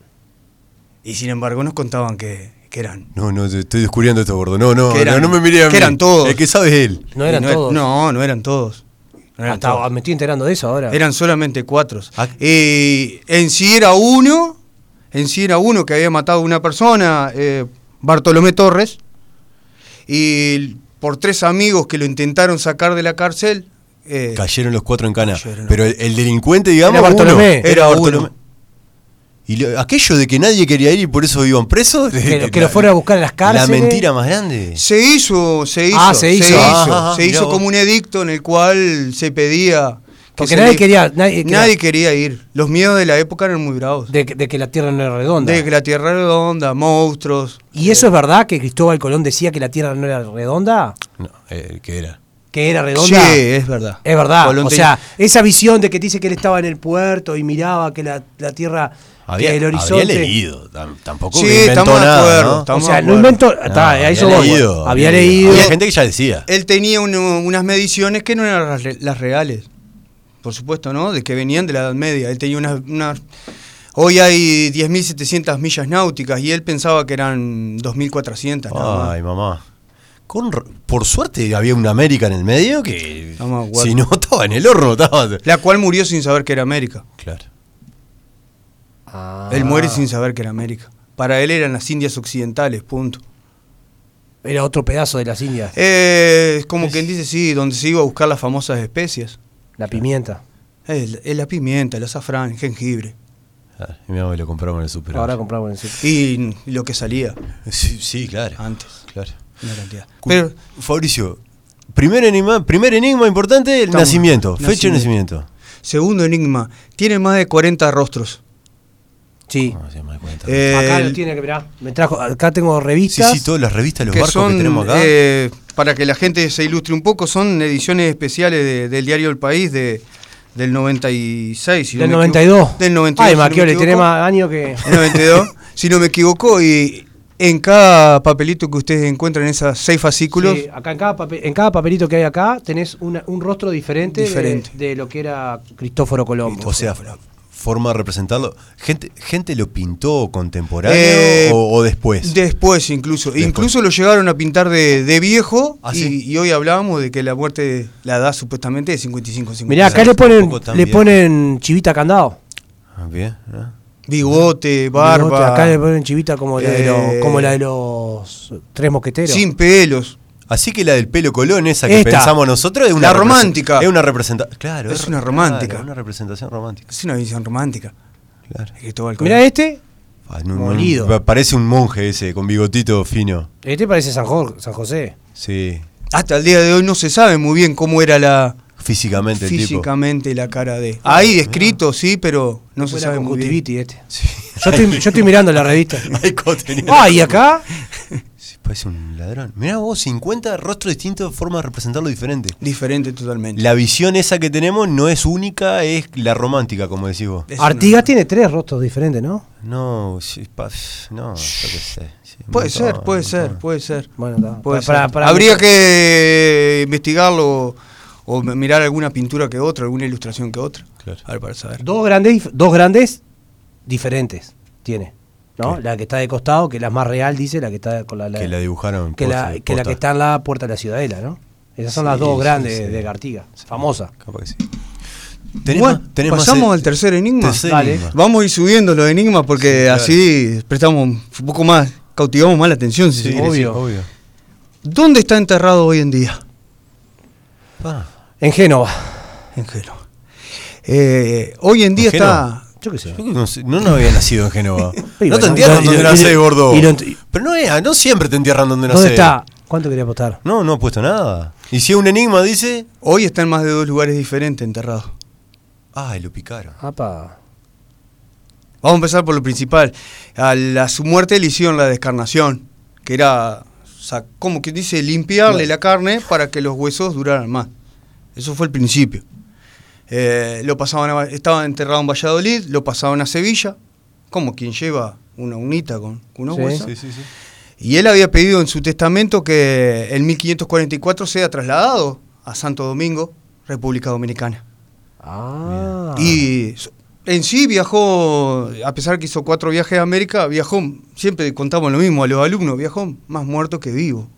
Y sin embargo nos contaban que, que eran... No, no, te estoy descubriendo esto, gordo. No, no, Que eran- no, no me miré a mí. que eran todos. El que sabe es él. No eran y no, todos. No, no eran todos. No eran Hasta todos. me estoy enterando de eso ahora. Eran solamente cuatro. Ah. Y en sí era uno, en sí era uno que había matado a una persona, eh, Bartolomé Torres, y por tres amigos que lo intentaron sacar de la cárcel, Eh, Cayeron los cuatro en cana. Cayeron. Pero el, el delincuente, digamos, Era Bartolomé. uno, Era Bartolomé. uno. Y lo- aquello de que nadie quería ir y por eso iban presos. Que, que lo fueron a buscar a las La cárceles. mentira más grande. Se hizo, se hizo, Ah, se hizo. se hizo, Ajá, ajá, se mirá hizo vos. como un edicto en el cual se pedía que Porque se nadie le- quería. Nadie quería- nadie quería ir. Los miedos de la época eran muy bravos. de, que- de que la tierra no era redonda. De que la tierra era redonda, monstruos. ¿Y eso es verdad que Cristóbal Colón decía que la tierra no era redonda? No, eh, ¿qué era? ¿Que era Sí, redonda? es verdad. Es verdad. Colón O tenía- sea, esa visión de que dice que él estaba en el puerto y miraba que la, la tierra. Había, que el horizonte. había leído. tam- Tampoco Sí, que inventó estamos de nada, acuerdo, ¿no? estamos O sea, de no acuerdo. inventó. No, Está, a había eso voy. leído, Había leído. Había gente que ya decía. Él tenía uno- unas mediciones que no eran las, re- las reales, por supuesto, ¿no? De que venían de la Edad Media. Él tenía unas... unas- hoy hay diez mil setecientas millas náuticas y él pensaba que eran dos mil cuatrocientas. nada más. Ay, mamá. Con, r- por suerte había una América en el medio que No me acuerdo. si no estaba en el horno, estaba. La cual murió sin saber que era América. Claro. Ah. Él muere sin saber que era América. Para él eran las Indias Occidentales, punto. Era otro pedazo de las Indias. Eh, es como quien dice, sí, donde se iba a buscar las famosas especias. La pimienta. Es, es la pimienta, el azafrán, el jengibre. Ah, y mi mamá lo compramos en el super. Ahora compramos en el super. Y, y lo que salía Sí, sí, claro. antes. Claro. Una cantidad. Cu- Pero Fabricio, primer enigma, primer enigma importante, el Estamos- nacimiento, fecha de nacimiento. nacimiento. segundo enigma, tiene más de cuarenta rostros. Sí. No, se me da cuenta. Eh, Acá el- lo tiene que mirar. Me trajo. Acá tengo sí, revistas. sí, todas las revistas, los que barcos son, que tenemos acá. eh, para que la gente se ilustre un poco, son ediciones especiales de- del diario El País de, del noventa y seis. si no Del me noventa y equivoco. dos. Del noventa y dos. Ay, si no me Maquioli, equivoco. tiene más años que. El noventa y dos, si no me equivoco, y en cada papelito que ustedes encuentran en esas seis fascículos, Sí, acá en cada, papel, en cada papelito que hay acá tenés una- un rostro diferente, de- Diferente. De, lo que era Cristóforo Colombo. O sea, forma de representarlo. Gente, gente lo pintó contemporáneo Eh, o, o después. después incluso. Después. Incluso lo llegaron a pintar de, de viejo, ¿Ah, y, sí? y hoy hablábamos de que la muerte, la edad supuestamente de cincuenta y cinco, cincuenta y Mirá, acá seis. le ponen, tampoco tan le viejo. ponen chivita candado. Ah, bien, ¿no? Bigote, barba, Bigote, acá le ponen chivita como la, de los, Eh, como la de los tres mosqueteros. sin pelos. Así que la del pelo Colón, esa que Esta. pensamos nosotros, es una La represen- romántica. Es una representación. Claro, Es una romántica. claro, una representación romántica. Es una visión romántica. Claro. de Cristóbal Colón. Mirá este. Ah, no, no, Molido. parece un monje ese, con bigotito fino. Este parece San, Jorge, San José. Sí. Hasta el día de hoy no se sabe muy bien cómo era la Físicamente el tipo. físicamente la cara de. Ahí descrito, sí, pero no se Fue la sabe muy bien. conjuntivitis este. Sí. Yo estoy, yo estoy mirando la revista. Ay, cómo tenía- Ah, y acá. Sí, parece un ladrón. Mirá vos, cincuenta rostros distintos, formas de representarlo diferente. Diferente totalmente. La visión esa que tenemos no es única, es la romántica, como decís vos. Es Artigas tiene tres rostros diferentes, ¿no? No, sí, pa- no, yo qué sé. Sí, un Puede montón, ser, puede un ser, montón. puede ser. Bueno, está. Puede Para- ser. para- Habría que investigarlo o m- mirar alguna pintura que otra, alguna ilustración que otra. Claro. A ver, para saber. Dos grandes, dif- dos grandes diferentes tiene. ¿no? ¿Qué? La que está de costado, que la más real, dice, la que está con la. la- Que la dibujaron. que la, posta- que la que posta. está en la puerta de la Ciudadela, ¿no? Esas son las Sí, dos sí, grandes sí. de Artigas, famosas. Capaz que sí. ¿Tenés Bueno, más- tenés más pasamos e- al tercer enigma. tercer Dale. enigma. Vamos a ir subiendo los enigmas porque Sí, claro. así prestamos un poco más, cautivamos más la atención. Si Sí, se quiere obvio. decir. obvio. ¿Dónde está enterrado hoy en día? Pa, En Génova. En Génova. Eh, hoy en día ¿En Génova? está. Yo qué sé. yo que no, sé, no, no había nacido en Génova. Y no bueno, te entierran y lo- donde y lo- nacés, y lo- gordo. y lo ent- Pero no, es, no siempre te entierran donde nacés. ¿Dónde está? ¿Cuánto quería apostar? No, no ha puesto nada. Y si es un enigma, dice. Hoy está en más de dos lugares diferentes enterrado. Ay, lo picaron. Apa. Vamos a empezar por lo principal. A, la- a su muerte le hicieron la descarnación, que era, o sea, como que dice, limpiarle la carne para que los huesos duraran más. Eso fue el principio. Eh, lo pasaban a- estaba enterrado en Valladolid, lo pasaban a Sevilla, como quien lleva una unita con, con unos Sí. huesos. Sí, sí, sí. Y él había pedido en su testamento que en mil quinientos cuarenta y cuatro sea trasladado a Santo Domingo, República Dominicana. Ah. Y en sí viajó, a pesar que hizo cuatro viajes a América, viajó, siempre contamos lo mismo a los alumnos, viajó más muerto que vivo.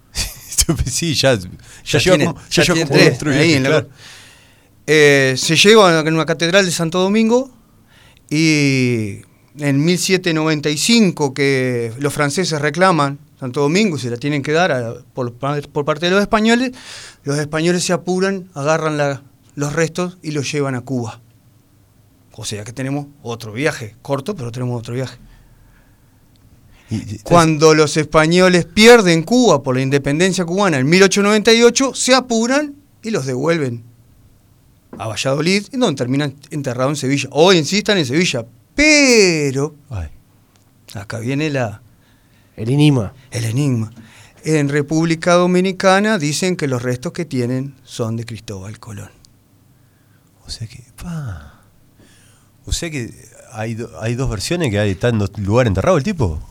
Sí, ya, ya, Ya lleva tiene- como, ya lleva tiene como tres, otro ahí viaje, en la- claro. Eh, se lleva en una catedral de Santo Domingo y en mil setecientos noventa y cinco que los franceses reclaman Santo Domingo, y se la tienen que dar a, por, por parte de los españoles. Los españoles se apuran, agarran la, los restos y los llevan a Cuba. O sea que tenemos otro viaje, corto, pero tenemos otro viaje. Y- y- Cuando los españoles pierden Cuba por la independencia cubana en mil ochocientos noventa y ocho, se apuran y los devuelven a Valladolid, en donde terminan enterrados en Sevilla. Hoy insistan en Sevilla, pero Ay, acá viene la, El enigma. el enigma. En República Dominicana dicen que los restos que tienen son de Cristóbal Colón. o sea que. Pa. O sea que hay, do- hay dos versiones que hay, está en dos lugares enterrado el tipo.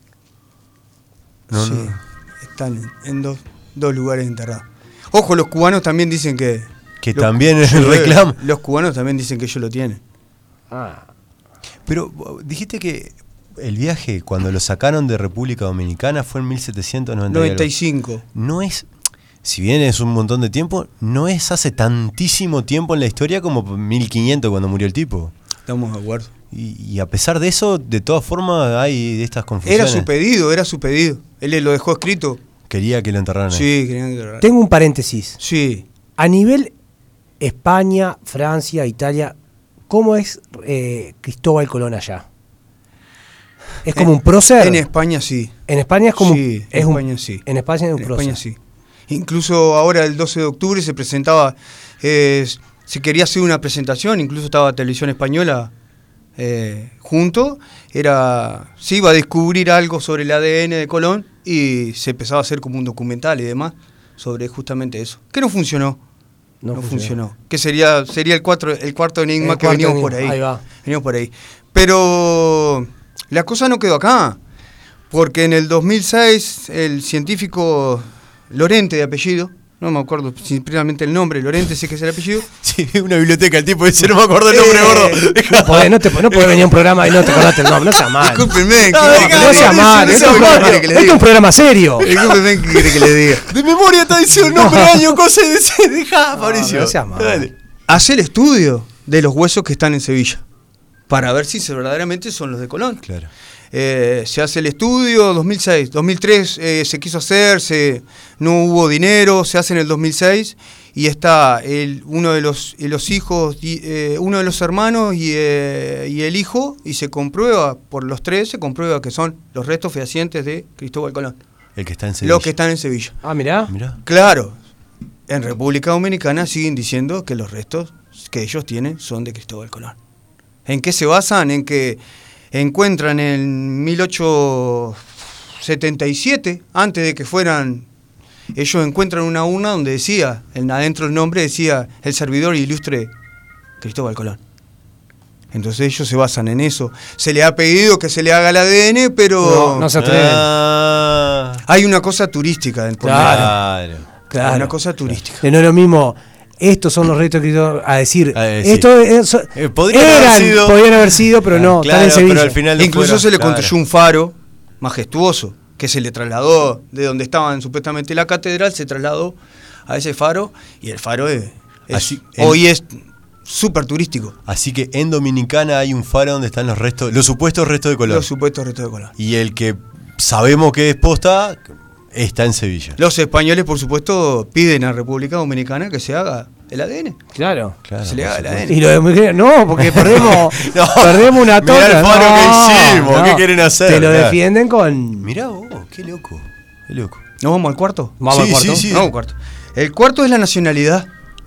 No, sí, no. están en, en dos, dos lugares enterrados. Ojo, los cubanos también dicen que... Que los- también sí, reclaman. Los cubanos también dicen que ellos lo tienen. Ah. Pero vos dijiste que el viaje, cuando lo sacaron de República Dominicana, fue en mil setecientos noventa y algo. noventa y cinco. No es, si bien es un montón de tiempo, no es hace tantísimo tiempo en la historia como mil quinientos cuando murió el tipo. Estamos de acuerdo. Y, y a pesar de eso, de todas formas hay estas Era confusiones. su pedido, era su pedido. Él le lo dejó escrito. Quería que lo enterraran ahí. Sí, querían que- Tengo un paréntesis. Sí. A nivel España, Francia, Italia, ¿cómo es eh, Cristóbal Colón allá? ¿Es como un prócer? En España sí. En España es como Sí, es en un- España sí. En España es un En prócer. España sí. Incluso ahora el doce de octubre se presentaba, eh, se quería hacer una presentación, incluso estaba Televisión Española eh, junto, era, se iba a descubrir algo sobre el A D N de Colón y se empezaba a hacer como un documental y demás sobre justamente eso, que no funcionó. No No, funcionó. funcionó. Que sería sería el, cuatro, el cuarto enigma El que cuarto veníamos por ahí. enigma, ahí va. Veníamos por ahí. Pero la cosa no quedó acá. Porque en el dos mil seis el científico Lorente de apellido, no me acuerdo simplemente el nombre, Lorente sé que es el apellido. Sí, una biblioteca, el tipo dice, no me acuerdo el nombre, Eh, gordo. No podés, no, te, no podés venir a un programa y no te acordaste el nombre, no seas mal. Discúlpenme, No, ¿qué venga, quiere que No le seas diga? mal, No esto seas es un mal, programa- ¿qué quiere que le esto es un diga? programa serio. Discúlpenme, ¿qué quiere que le diga? De memoria está diciendo nombre, año, cosa y dice, deja, Fabricio. no seas mal. Dale. Hace el estudio de los huesos que están en Sevilla para ver si se- verdaderamente son los de Colón. Claro. Eh, se hace el estudio, dos mil seis, dos mil tres eh, se quiso hacer, se, no hubo dinero, se hace en el dos mil seis y está el, uno de los, de los hijos, y, eh, uno de los hermanos y, eh, y el hijo, y se comprueba, por los tres, se comprueba que son los restos fehacientes de Cristóbal Colón, El que está en Sevilla. los que están en Sevilla. Ah, mirá. Mirá. Claro, en República Dominicana siguen diciendo que los restos que ellos tienen son de Cristóbal Colón. ¿En qué se basan? En que encuentran en mil ochocientos setenta y siete, antes de que fueran, ellos encuentran una urna donde decía, en adentro el nombre decía, el servidor ilustre Cristóbal Colón. Entonces ellos se basan en eso. Se le ha pedido que se le haga el A D N, pero No, no se atreven. Ah, hay una cosa turística del por medio. claro. Claro. Una cosa turística. Que no es lo mismo. Estos son los restos que yo- a decir. A decir. Esto es- so- Eh, podrían haber eran, sido- podrían haber sido, pero no, Claro, están en Sevilla. pero al final no Incluso fueron, se le claro. construyó un faro majestuoso que se le trasladó de donde estaban supuestamente la catedral, se trasladó a ese faro y el faro es, es- Así, hoy es súper turístico. Así que en Dominicana hay un faro donde están los restos, los supuestos restos de Colón. Los supuestos restos de Colón. Y el que sabemos que es posta está en Sevilla. Los españoles, por supuesto, piden a República Dominicana que se haga el A D N. Claro. Claro, se le por haga el supuesto. A D N. Y lo de mujeres, no, porque perdemos, No, perdemos una mirá torta. el faro no, que hicimos, ¿qué quieren hacer? Te lo Claro. defienden con. Mirá vos, qué loco. Qué loco. ¿No vamos al cuarto? Vamos Sí, al cuarto. sí, sí. Vamos al cuarto. El cuarto es la nacionalidad.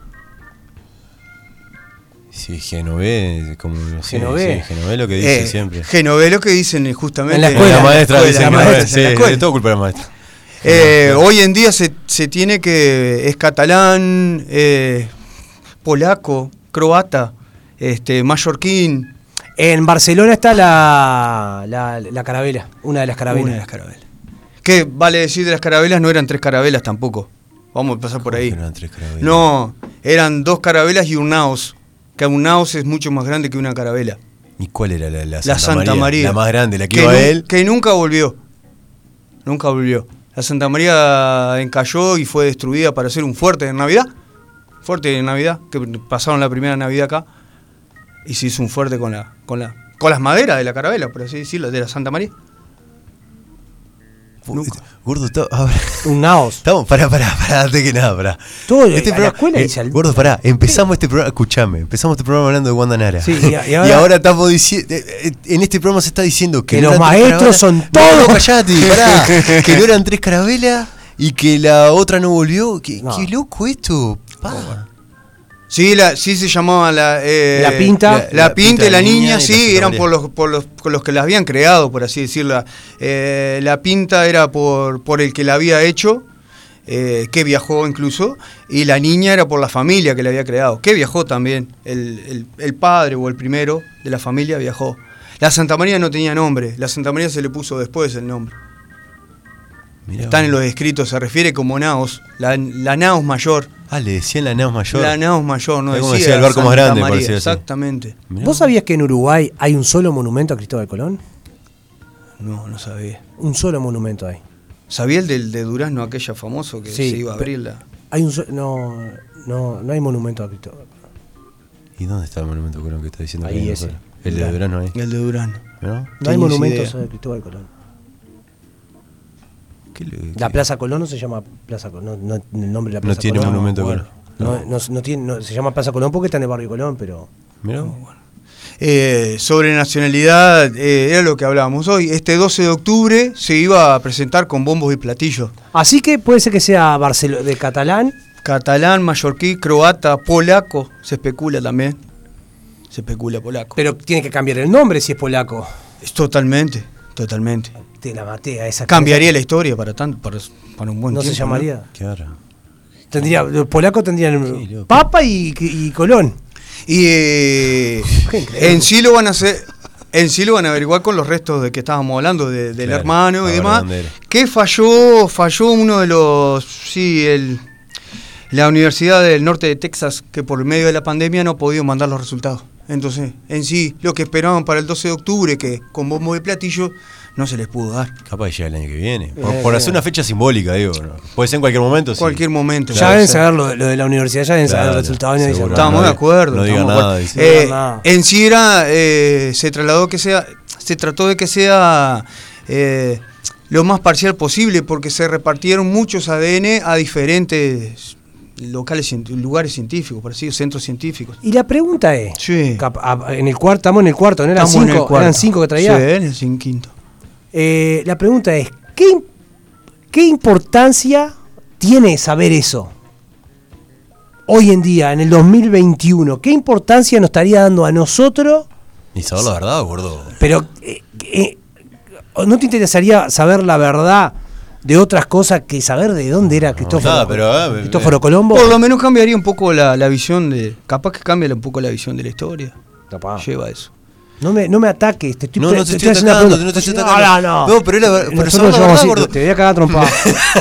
Sí, Genové, como sí, Genové. sí, Genové lo que dice Eh, siempre. Genové lo que dicen eh, justamente En la escuela. La maestra en la dice escuela, Genové, la maestra, en la sí, escuela. de todo culpa de la maestra. Eh, hoy en día se, se tiene que, es catalán, eh, polaco, croata, este, mallorquín, En Barcelona está la, la, la carabela, una de las carabelas. una de las carabelas. Que vale decir de las carabelas, no eran tres carabelas tampoco. Vamos a pasar por ahí. Eran tres carabelas. No, eran dos carabelas y un naos. Que un naos es mucho más grande que una carabela. ¿Y cuál era la, la La Santa, Santa María. La más grande, la que, que iba nu- él. Que nunca volvió. Nunca volvió. La Santa María encalló y fue destruida para hacer un fuerte de Navidad. Fuerte de Navidad, que pasaron la primera Navidad acá. Y se hizo un fuerte con la, con la, con las maderas de la carabela, por así decirlo, de la Santa María. Gordo, está, ahora, Un naos. estamos, pará, pará, pará, antes que nada, pará. Todo, Este a la programa- escuela eh, dice al- Gordo, pará, empezamos este programa, escuchame, empezamos este programa hablando de Wanda Nara. Sí, y- y y, ahora- ahora, estamos diciendo, en este programa se está diciendo que, Que no los eran tres maestros carabelas. son todos. No, no, callate, pará, que no eran tres carabelas y que la otra no volvió. Qué, No. qué loco esto, pa. Sí, la, sí se llamaba la, eh, La Pinta. La, la La Pinta y la niña, y la sí, Santa eran María. por los, por los por los que la habían creado, por así decirlo. Eh, la Pinta era por, por el que la había hecho, eh, que viajó incluso, y la niña era por la familia que la había creado, que viajó también. El, el, el padre o el primero de la familia viajó. La Santa María no tenía nombre, la Santa María se le puso después el nombre. Mirá, Están en vos. los escritos, se refiere como Naos, la, la Naos mayor. Ah, le decían la Naos Mayor. La Naos mayor, no Es como decía, decía el barco más Santa grande, María, parecía así. exactamente. Mirá. ¿Vos sabías que en Uruguay hay un solo monumento a Cristóbal Colón? No, no sabía. Un solo monumento hay. ¿Sabía el del de Durazno, aquella famoso que Sí, se iba a pe- abrirla? Hay un so- no, no, no hay monumento a Cristóbal Colón. ¿Y dónde está el monumento Colón que está diciendo Ahí que hay en ese. Venezuela? El de Mirá. Durano ahí. El de Durazno. ¿No? No hay Tenías monumentos idea. a Cristóbal Colón. ¿Qué le- La qué- Plaza Colón no se llama Plaza Colón, no, no- el nombre de la No Plaza tiene Colón. monumento bueno, Colón. No, no, no tiene, no- se llama Plaza Colón porque está en el barrio Colón, pero Mirá. Eh, sobre nacionalidad, eh, era lo que hablábamos hoy. Este doce de octubre se iba a presentar con bombos y platillos. así que puede ser que sea Barcelo de catalán. Catalán, mallorquí, croata, polaco, se especula también. Se especula polaco. Pero tiene que cambiar el nombre si es polaco. Es totalmente, totalmente. Te la maté a esa. Cambiaría la historia para tanto, para, para un buen No tiempo. se llamaría. Claro. Tendría, los polacos tendrían Sí, loco. Papa y, y Colón. Y eh, Qué increíble. en sí lo van a hacer, en sí lo van a averiguar con los restos de que estábamos hablando, de- del Claro, hermano y ahora demás. dónde era. Que falló, falló uno de los, sí, el, la Universidad del Norte de Texas, que por medio de la pandemia no ha podido mandar los resultados. Entonces, en sí, lo que esperaban para el doce de octubre, que con bombo de platillo, no se les pudo dar. Capaz que llega el año que viene. Por, Eh, por eh. hacer una fecha simbólica, digo. ¿no? Puede ser en cualquier momento. sí. Cualquier momento. Ya puede deben ser. saber lo, de- lo de la universidad, ya deben saber Claro, el resultado. y no dicen seguro. nada. Estamos No de diga- acuerdo. no diga estamos de nada, acuerdo. dice. Eh, No diga nada. en sí era, eh, se trasladó que sea, se trató de que sea eh, lo más parcial posible, porque se repartieron muchos A D N a diferentes locales, cien- lugares científicos, por así, centros científicos. Y la pregunta es, Sí. cap- a- en el cuarto, estamos en el cuarto, ¿no eran Estamos en el cinco? cuarto. Eran cinco que traía. Sí, en el cin- quinto. Eh, la pregunta es, ¿qué, im- ¿qué importancia tiene saber eso? Hoy en día, en el dos mil veintiuno, ¿qué importancia nos estaría dando a nosotros? Ni saber la verdad, gordo. Pero, eh, eh, ¿no te interesaría saber la verdad de otras cosas que saber de dónde era Cristóforo, nada, pero, eh, Cristóforo eh. Colombo? Por lo menos cambiaría un poco la, la visión de. Capaz que cambia un poco la visión de la historia. Capaz. Lleva a eso. No me, no me ataques, te estoy No, pre- no te te estoy haciendo una atacando, pregunta. no te estoy No, atacando. no, no. No, pero era- pero Nosotros saber la llamamos verdad, así, gordo. te voy a cagar trompada.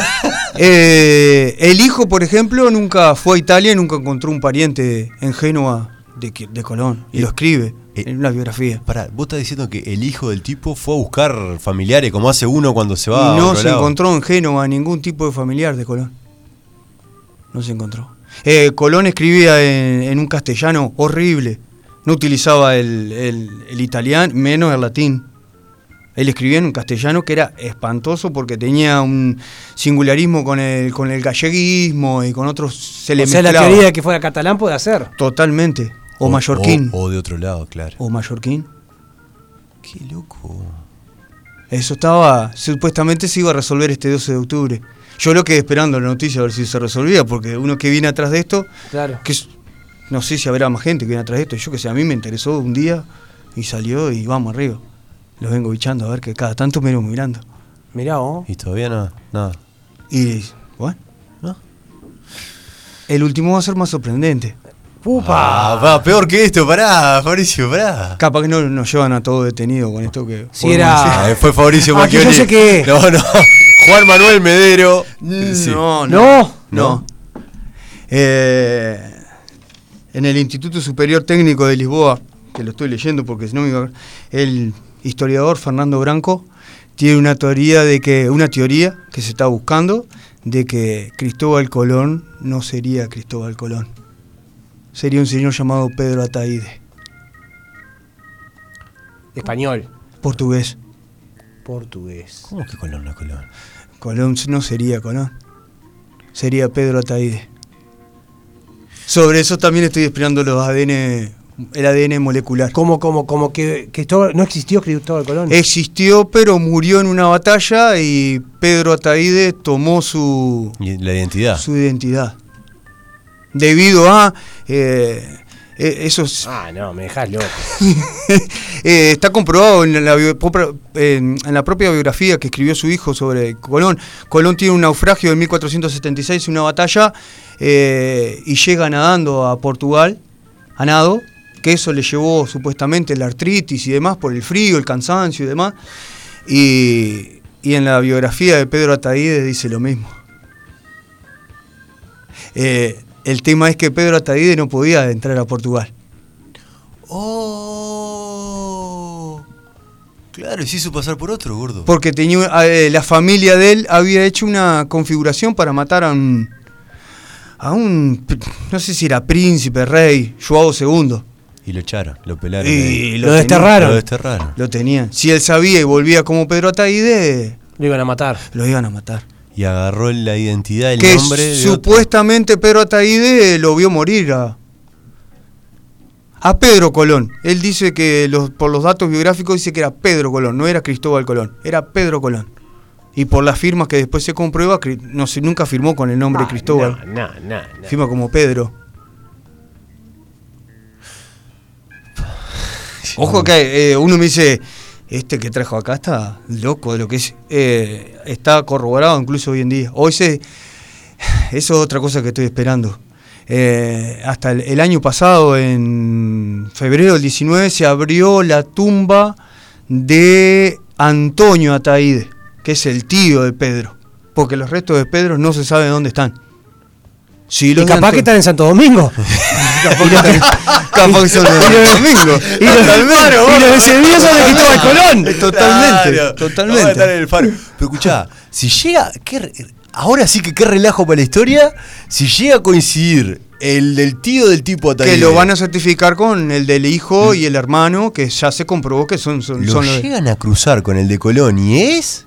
Eh, el hijo, por ejemplo, nunca fue a Italia y nunca encontró un pariente en Génova de, que- de Colón. Y lo escribe Eh, en una biografía. Pará, vos estás diciendo que el hijo del tipo fue a buscar familiares como hace uno cuando se va Y a no otro se lado. encontró en Génova ningún tipo de familiar de Colón. No se encontró. Eh, Colón escribía en, en un castellano horrible. No utilizaba el, el- el italiano, menos el latín. Él escribía en un castellano que era espantoso porque tenía un singularismo con el, con el galleguismo y con otros. Se le O sea, la mezclaba. teoría de que fuera catalán puede ser. Totalmente. O, mallorquín. O, o de otro lado, claro. O mallorquín. Qué loco. Eso estaba, supuestamente se iba a resolver este doce de octubre. Yo lo quedé esperando la noticia a ver si se resolvía, porque uno que viene atrás de esto, Claro. que es- no sé si habrá más gente que viene atrás de esto, yo que sé, a mí me interesó un día y salió y vamos arriba. Los vengo bichando a ver que cada tanto me vengo mirando. Mirá vos. Y todavía nada. Nada. Y bueno, ¿No? el último va a ser más sorprendente. Pupa. Ah, va, peor que esto, pará, Fabricio, pará. Capaz que no nos llevan a todo detenido con esto que... Si era- Ah, fue Fabricio Ah, que Macchioni. yo sé que- No, no. Juan Manuel Medero. Mm, Sí. No, No. no, no. Eh, en el Instituto Superior Técnico de Lisboa, que lo estoy leyendo porque si no me iba a... El historiador Fernando Branco tiene una teoría de que una teoría que se está buscando de que Cristóbal Colón no sería Cristóbal Colón. Sería un señor llamado Pedro Ataíde, Español. portugués. Portugués. ¿Cómo que Colón no es Colón? Colón no sería Colón. Sería Pedro Ataíde. Sobre eso también estoy esperando los A D N, el A D N molecular. Como, como, como que Cristóbal, no existió Cristóbal Colón. Existió, pero murió en una batalla y Pedro Ataíde tomó su, ¿Y la identidad? su identidad. Debido a eh, eh, esos... Ah, no, me dejás loco. eh, está comprobado en la, bio- en la propia biografía que escribió su hijo sobre Colón. Colón tiene un naufragio en mil cuatrocientos setenta y seis, una batalla, eh, y llega nadando a Portugal, a nado, que eso le llevó supuestamente la artritis y demás, por el frío, el cansancio y demás. Y, y en la biografía de Pedro Ataíde dice lo mismo. Eh, el tema es que Pedro Ataíde no podía entrar a Portugal. ¡Oh! Claro, y se hizo pasar por otro, gordo. Porque tenía, eh, la familia de él había hecho una configuración para matar a un, a un, no sé si era príncipe, rey, Joao segundo. Y lo echaron, lo pelaron. Y ahí. lo desterraron. Lo desterraron. Lo tenían. Si él sabía y volvía como Pedro Ataíde, Lo iban a matar. lo iban a matar. Y agarró la identidad, el Que nombre de supuestamente Pedro Ataíde lo vio morir a, a Pedro Colón. Él dice que los, por los datos biográficos dice que era Pedro Colón, no era Cristóbal Colón, era Pedro Colón. Y por las firmas que después se comprueba, Cri- no se, nunca firmó con el nombre Ah, Cristóbal. No, no, no, no. Firma como Pedro. Ojo que eh, uno me dice, este que trajo acá está loco de lo que es. Eh, está corroborado incluso hoy en día. Hoy se... Eso es otra cosa que estoy esperando. Eh, hasta el, el año pasado, en febrero del diecinueve, se abrió la tumba de Antonio Ataíde, que es el tío de Pedro. Porque los restos de Pedro no se sabe dónde están. Sí, Y los de capaz que Anto- están en Santo Domingo. Capaz que están- capaz que son de Domingo. Y los, y los de Sevilla son de Cristóbal Colón. Totalmente, Claro, totalmente. vamos a estar en el faro. Pero escuchá, si llega. Qué re- ahora sí que qué relajo para la historia. Si llega a coincidir el del tío del tipo Ataíde. Que lo van a certificar con el del hijo y el hermano, que ya se comprobó que son, son, Lo son los de- llegan a cruzar con el de Colón y es.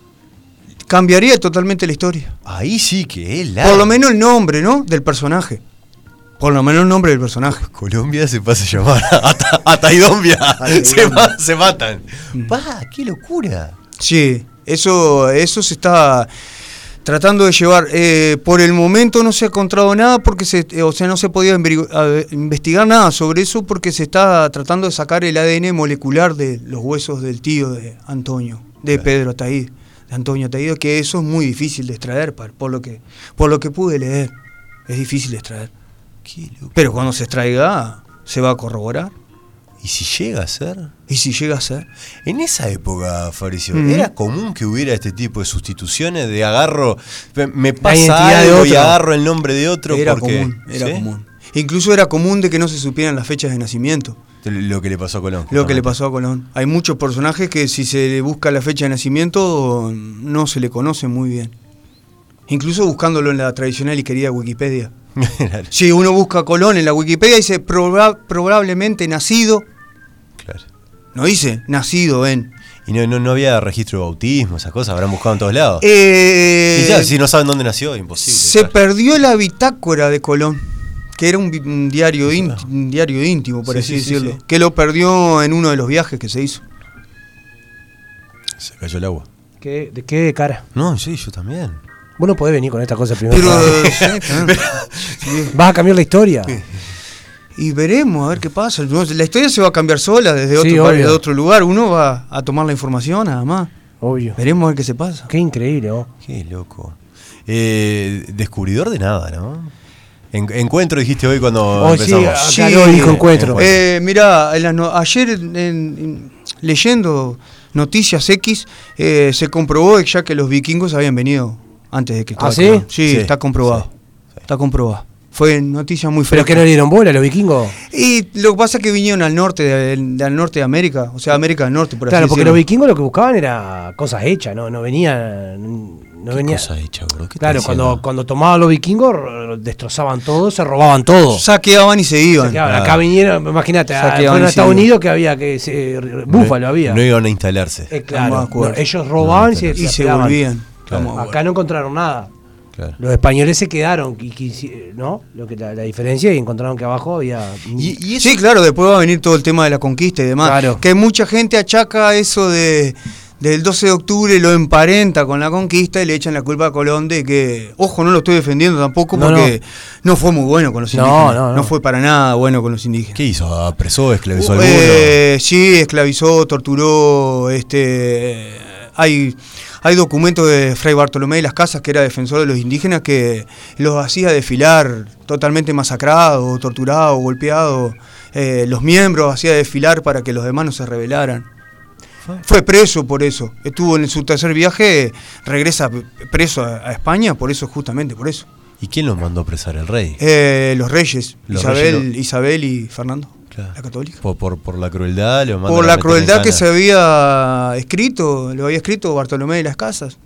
Cambiaría totalmente la historia. Ahí sí que es la. Por lo menos el nombre, ¿no? Del personaje. Por lo menos el nombre del personaje. Colombia se pasa a llamar Ata- Ataidombia. se, ma- se matan. Va, qué locura. Sí, eso, eso se está tratando de llevar. Eh, por el momento no se ha encontrado nada porque se, eh, o sea, no se podía inveri- a- investigar nada sobre eso porque se está tratando de sacar el A D N molecular de los huesos del tío de Antonio, de Pedro Ataíde, de Antonio Ataíde, que eso es muy difícil de extraer, par- por lo que, por lo que pude leer, es difícil de extraer. Qué loco. Pero cuando se extraiga, se va a corroborar. ¿Y si llega a ser? Y si llega a ser. En esa época, Fabricio, Ujú. ¿era común que hubiera este tipo de sustituciones de agarro, me identidad pasa de algo y otro. agarro el nombre de otro? Era porque, común, era ¿sí? común. Incluso era común de que no se supieran las fechas de nacimiento. Lo que le pasó a Colón. Lo que le pasó a Colón. Hay muchos personajes que si se le busca la fecha de nacimiento no se le conoce muy bien. Incluso buscándolo en la tradicional y querida Wikipedia. Claro. Si uno busca Colón en la Wikipedia dice proba- probablemente nacido, Claro. no dice nacido en... Y no, no, no había registro de bautismo, esas cosas, habrán buscado en todos lados. Eh, y ya, si no saben dónde nació, imposible. se claro. perdió la bitácora de Colón, que era un, vi- un diario, ín- un diario íntimo, por Sí, así sí, sí, decirlo, sí. que lo perdió en uno de los viajes que se hizo. Se cayó el agua. ¿Qué, ¿De qué cara? No, sí, yo también. Vos no podés venir con esta cosa primero. Pero sí, claro. Sí. Vas a cambiar la historia. Y veremos a ver qué pasa. No, la historia se va a cambiar sola desde Sí, otro, pa- obvio. de otro lugar. Uno va a tomar la información nada más. Obvio. Veremos a ver qué se pasa. Qué increíble, vos. Qué loco. Eh, descubridor de nada, ¿no? En- encuentro dijiste hoy cuando Oh, sí, empezamos. aclaró, dijo encuentro. Eh, mirá, en las no- ayer en- en- leyendo Noticias X eh, se comprobó ya que los vikingos habían venido antes de que ¿Ah, sí? Sí, Sí, está comprobado. sí, sí. Está comprobado. Fue noticia muy ¿Pero fresca. que no le dieron bola a los vikingos? Y lo que pasa es que vinieron al norte de, de- al norte de América, o sea, América del Norte, por Claro, así porque decirlo. los vikingos lo que buscaban era cosas hechas, no, no venían. No ¿Qué venía. cosa hecha, gordo? ¿Qué Claro, estás cuando, diciendo? cuando tomaban los vikingos, r- destrozaban todo, se robaban todo. Saqueaban y se iban. Se quedaban. Claro. Acá vinieron, imagínate, a- Saqueaban fueron y a Estados se iban. Unidos que había que. Se, búfalo había. No iban a instalarse. Eh, claro, Estamos de acuerdo. no, ellos robaban y se, Y se pegaban. volvían. Claro. Estamos de Acá acuerdo. no encontraron nada. Claro. Los españoles se quedaron, y, quisi- ¿no? Lo que la, la diferencia, y encontraron que abajo había. Y, y eso, Sí, claro, después va a venir todo el tema de la conquista y demás. Claro. Que mucha gente achaca eso de del doce de octubre, lo emparenta con la conquista y le echan la culpa a Colón de que, ojo, no lo estoy defendiendo tampoco No, porque no, fue muy bueno con los No, indígenas. no, no. fue para nada bueno con los indígenas. ¿qué hizo? ¿Apresó, esclavizó al Eh, sí, esclavizó, torturó, este hay hay documentos de Fray Bartolomé de las Casas, que era defensor de los indígenas, que los hacía desfilar totalmente masacrados, torturados, golpeados, eh, los miembros hacía desfilar para que los demás no se rebelaran. Fue preso por eso, estuvo en su tercer viaje, regresa preso a, a España, por eso, justamente por eso. ¿Y quién los mandó a apresar? ¿El rey? Eh, los reyes, Los Isabel, reyes lo- Isabel y Fernando, Claro. la católica. Por, por, por la crueldad, lo mandan Por a la meter crueldad en que cana. se había escrito, lo había escrito Bartolomé de las Casas.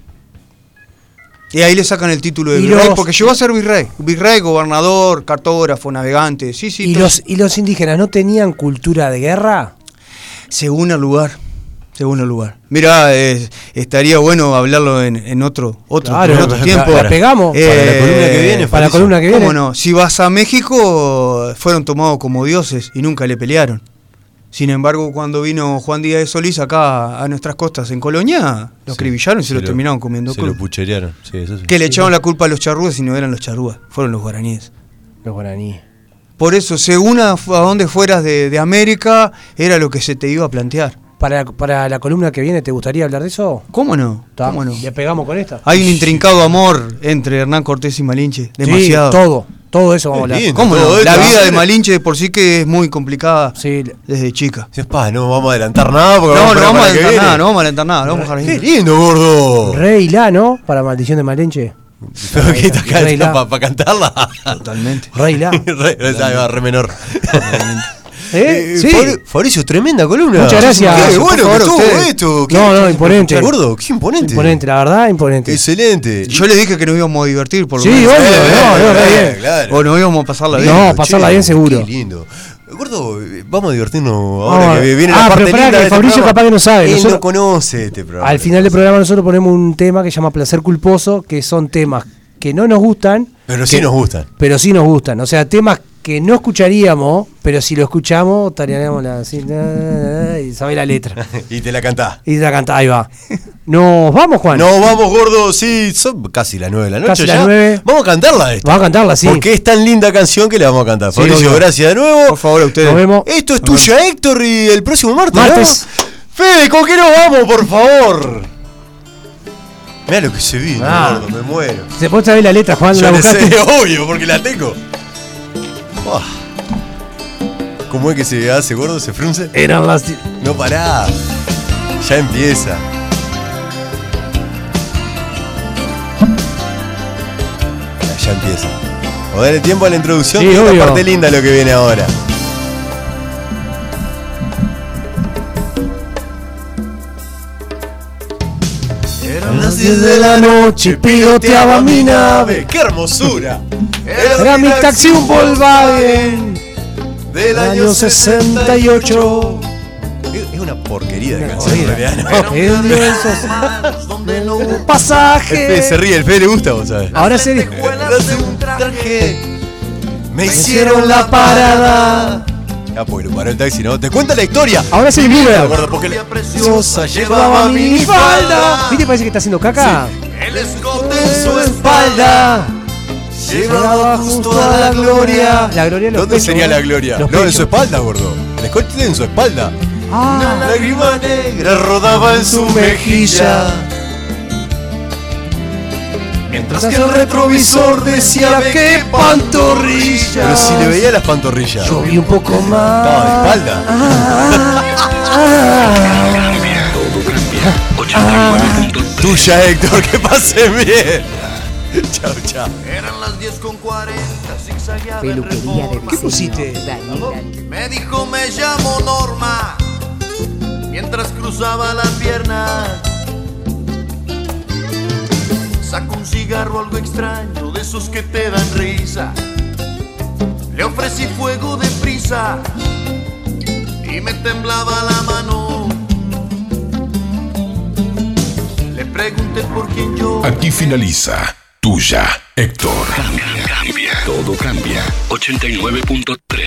Y ahí le sacan el título de Y virrey, los- porque llegó a ser virrey. Virrey, gobernador, cartógrafo, navegante, sí, sí. ¿Y todo. los, ¿Y los indígenas no tenían cultura de guerra? Según el lugar, según el lugar. Mirá, eh, estaría bueno hablarlo en, en otro, otro, Claro, en otro la- tiempo. la pegamos. Eh, Para la columna que viene, Para la Fabricio. columna que viene. ¿Cómo no? Si vas a México, fueron tomados como dioses y nunca le pelearon. Sin embargo, cuando vino Juan Díaz de Solís acá a nuestras costas en Colonia, lo acribillaron y se, lo, terminaron comiendo Se crudo. lo pucherearon, sí, eso sí. Que le echaron la culpa a los charrúas y no eran los charrúas, fueron los guaraníes. Los guaraníes. Por eso, según a, a donde fueras de, de América, era lo que se te iba a plantear. Para, para la columna que viene, ¿te gustaría hablar de eso? ¿Cómo no? Ta, ¿Cómo no? ¿Le pegamos con esta? Hay un intrincado amor entre Hernán Cortés y Malinche, demasiado. Sí, todo. Todo eso vamos a Qué hablar. lindo. ¿Cómo no? Todo La esto. vida de Malinche de por sí que es muy complicada Sí, desde chica. Dices, pa, no vamos a adelantar nada porque No, no a vamos a esperar para que adelantar viene. nada, no vamos a adelantar nada, no vamos a dejar Qué ahí. lindo, gordo. Rey La, ¿no? Para Maldición de Malinche. Pero que está Rey La. para cantarla. Totalmente. Rey La. re, ahí va, re menor. ¿Eh? Eh, Sí. Fabri- Fabricio, tremenda columna. Muchas gracias. Qué Por bueno favor, que estuvo ustedes. esto. Qué- No, no, qué- imponente. Gordo, qué imponente. Imponente, la verdad, imponente. Excelente. Yo les dije que nos íbamos a divertir, por lo Sí, menos. obvio, no, no, re bien. Claro. O nos íbamos a pasarla bien. No, Lindo, pasarla che, bien seguro. Qué lindo. Gordo, eh, vamos a divertirnos ahora Vamos. que viene Ah, la parte pero pará, linda que de este Fabricio programa. capaz que no sabe. Él Nosotros- no conoce este programa. Al final del programa nosotros ponemos un tema que se llama Placer Culposo, que son temas que no nos gustan, Pero sí que- nos gustan. pero sí nos gustan. O sea, temas que no escucharíamos, pero si lo escuchamos, tararíamos la, así, na, na, na, y sabe la letra. Y te la cantás. Y la canta, ahí va. Nos vamos, Juan. No, vamos, gordo, sí, son casi las nueve de la noche Casi ya. las nueve. Vamos a cantarla esta. Vamos a cantarla, sí. Porque es tan linda canción que le vamos a cantar. Sí, Fabricio, obvio. gracias de nuevo. Por favor, a ustedes. Nos vemos. Esto es tuya, Héctor, y el próximo martes. ¿no? Martes. Fede, ¿con qué nos vamos, por favor? Mirá lo que se vino, Ah. gordo, me muero. ¿Se puede saber la letra, Juan? Yo ¿La le buscaste? sé, obvio, porque la tengo. Buah. ¿Cómo es que se hace, gordo? ¿Se frunce? Eran las... No pará. Ya empieza. Ya, ya empieza. O darle tiempo a la introducción, Sí, que es obvio. la parte linda lo que viene ahora. Eran las diez de la noche, piloteaba mi nave. ¡Qué hermosura! Era mi taxi un Volkswagen del año sesenta y ocho. Es es una porquería de Una canción, en porquería. realidad, ¿no? En esos donde no hubo El Fede se pasaje. ríe, el Fede le gusta, vos sabés. Ahora se dijo. escuelas de un traje. Me hicieron la parada. Ah, porque lo paró el taxi, ¿no? Te cuenta la historia. Ahora se Me libera. acuerdo porque la Preciosa llevaba mi falda. ¿Viste? Parece que está haciendo caca. el escote En en su su espalda. Llevaba justo a la gloria. La gloria de los ¿Dónde pechos, sería ¿no? la gloria? Los No, en pechos. su espalda, gordo. El escote en su espalda. Ah, Una lágrima negra rodaba en su mejilla. Mientras que el retrovisor decía qué pantorrilla. Pero si le veía las pantorrillas. yo vi un poco más. Estaba de espalda. Tuya, Héctor, que pasen bien. Chao, chao. Eran las diez con cuarenta. Peluquería de ¿Qué pusiste? Daniel. Me dijo me llamo Norma mientras cruzaba la pierna. Sacó un cigarro algo extraño de esos que te dan risa. Le ofrecí fuego de prisa y me temblaba la mano. Le pregunté por quién yo. Aquí finaliza Tuya, Héctor. Cambia, cambia. Todo cambia. ochenta y nueve punto tres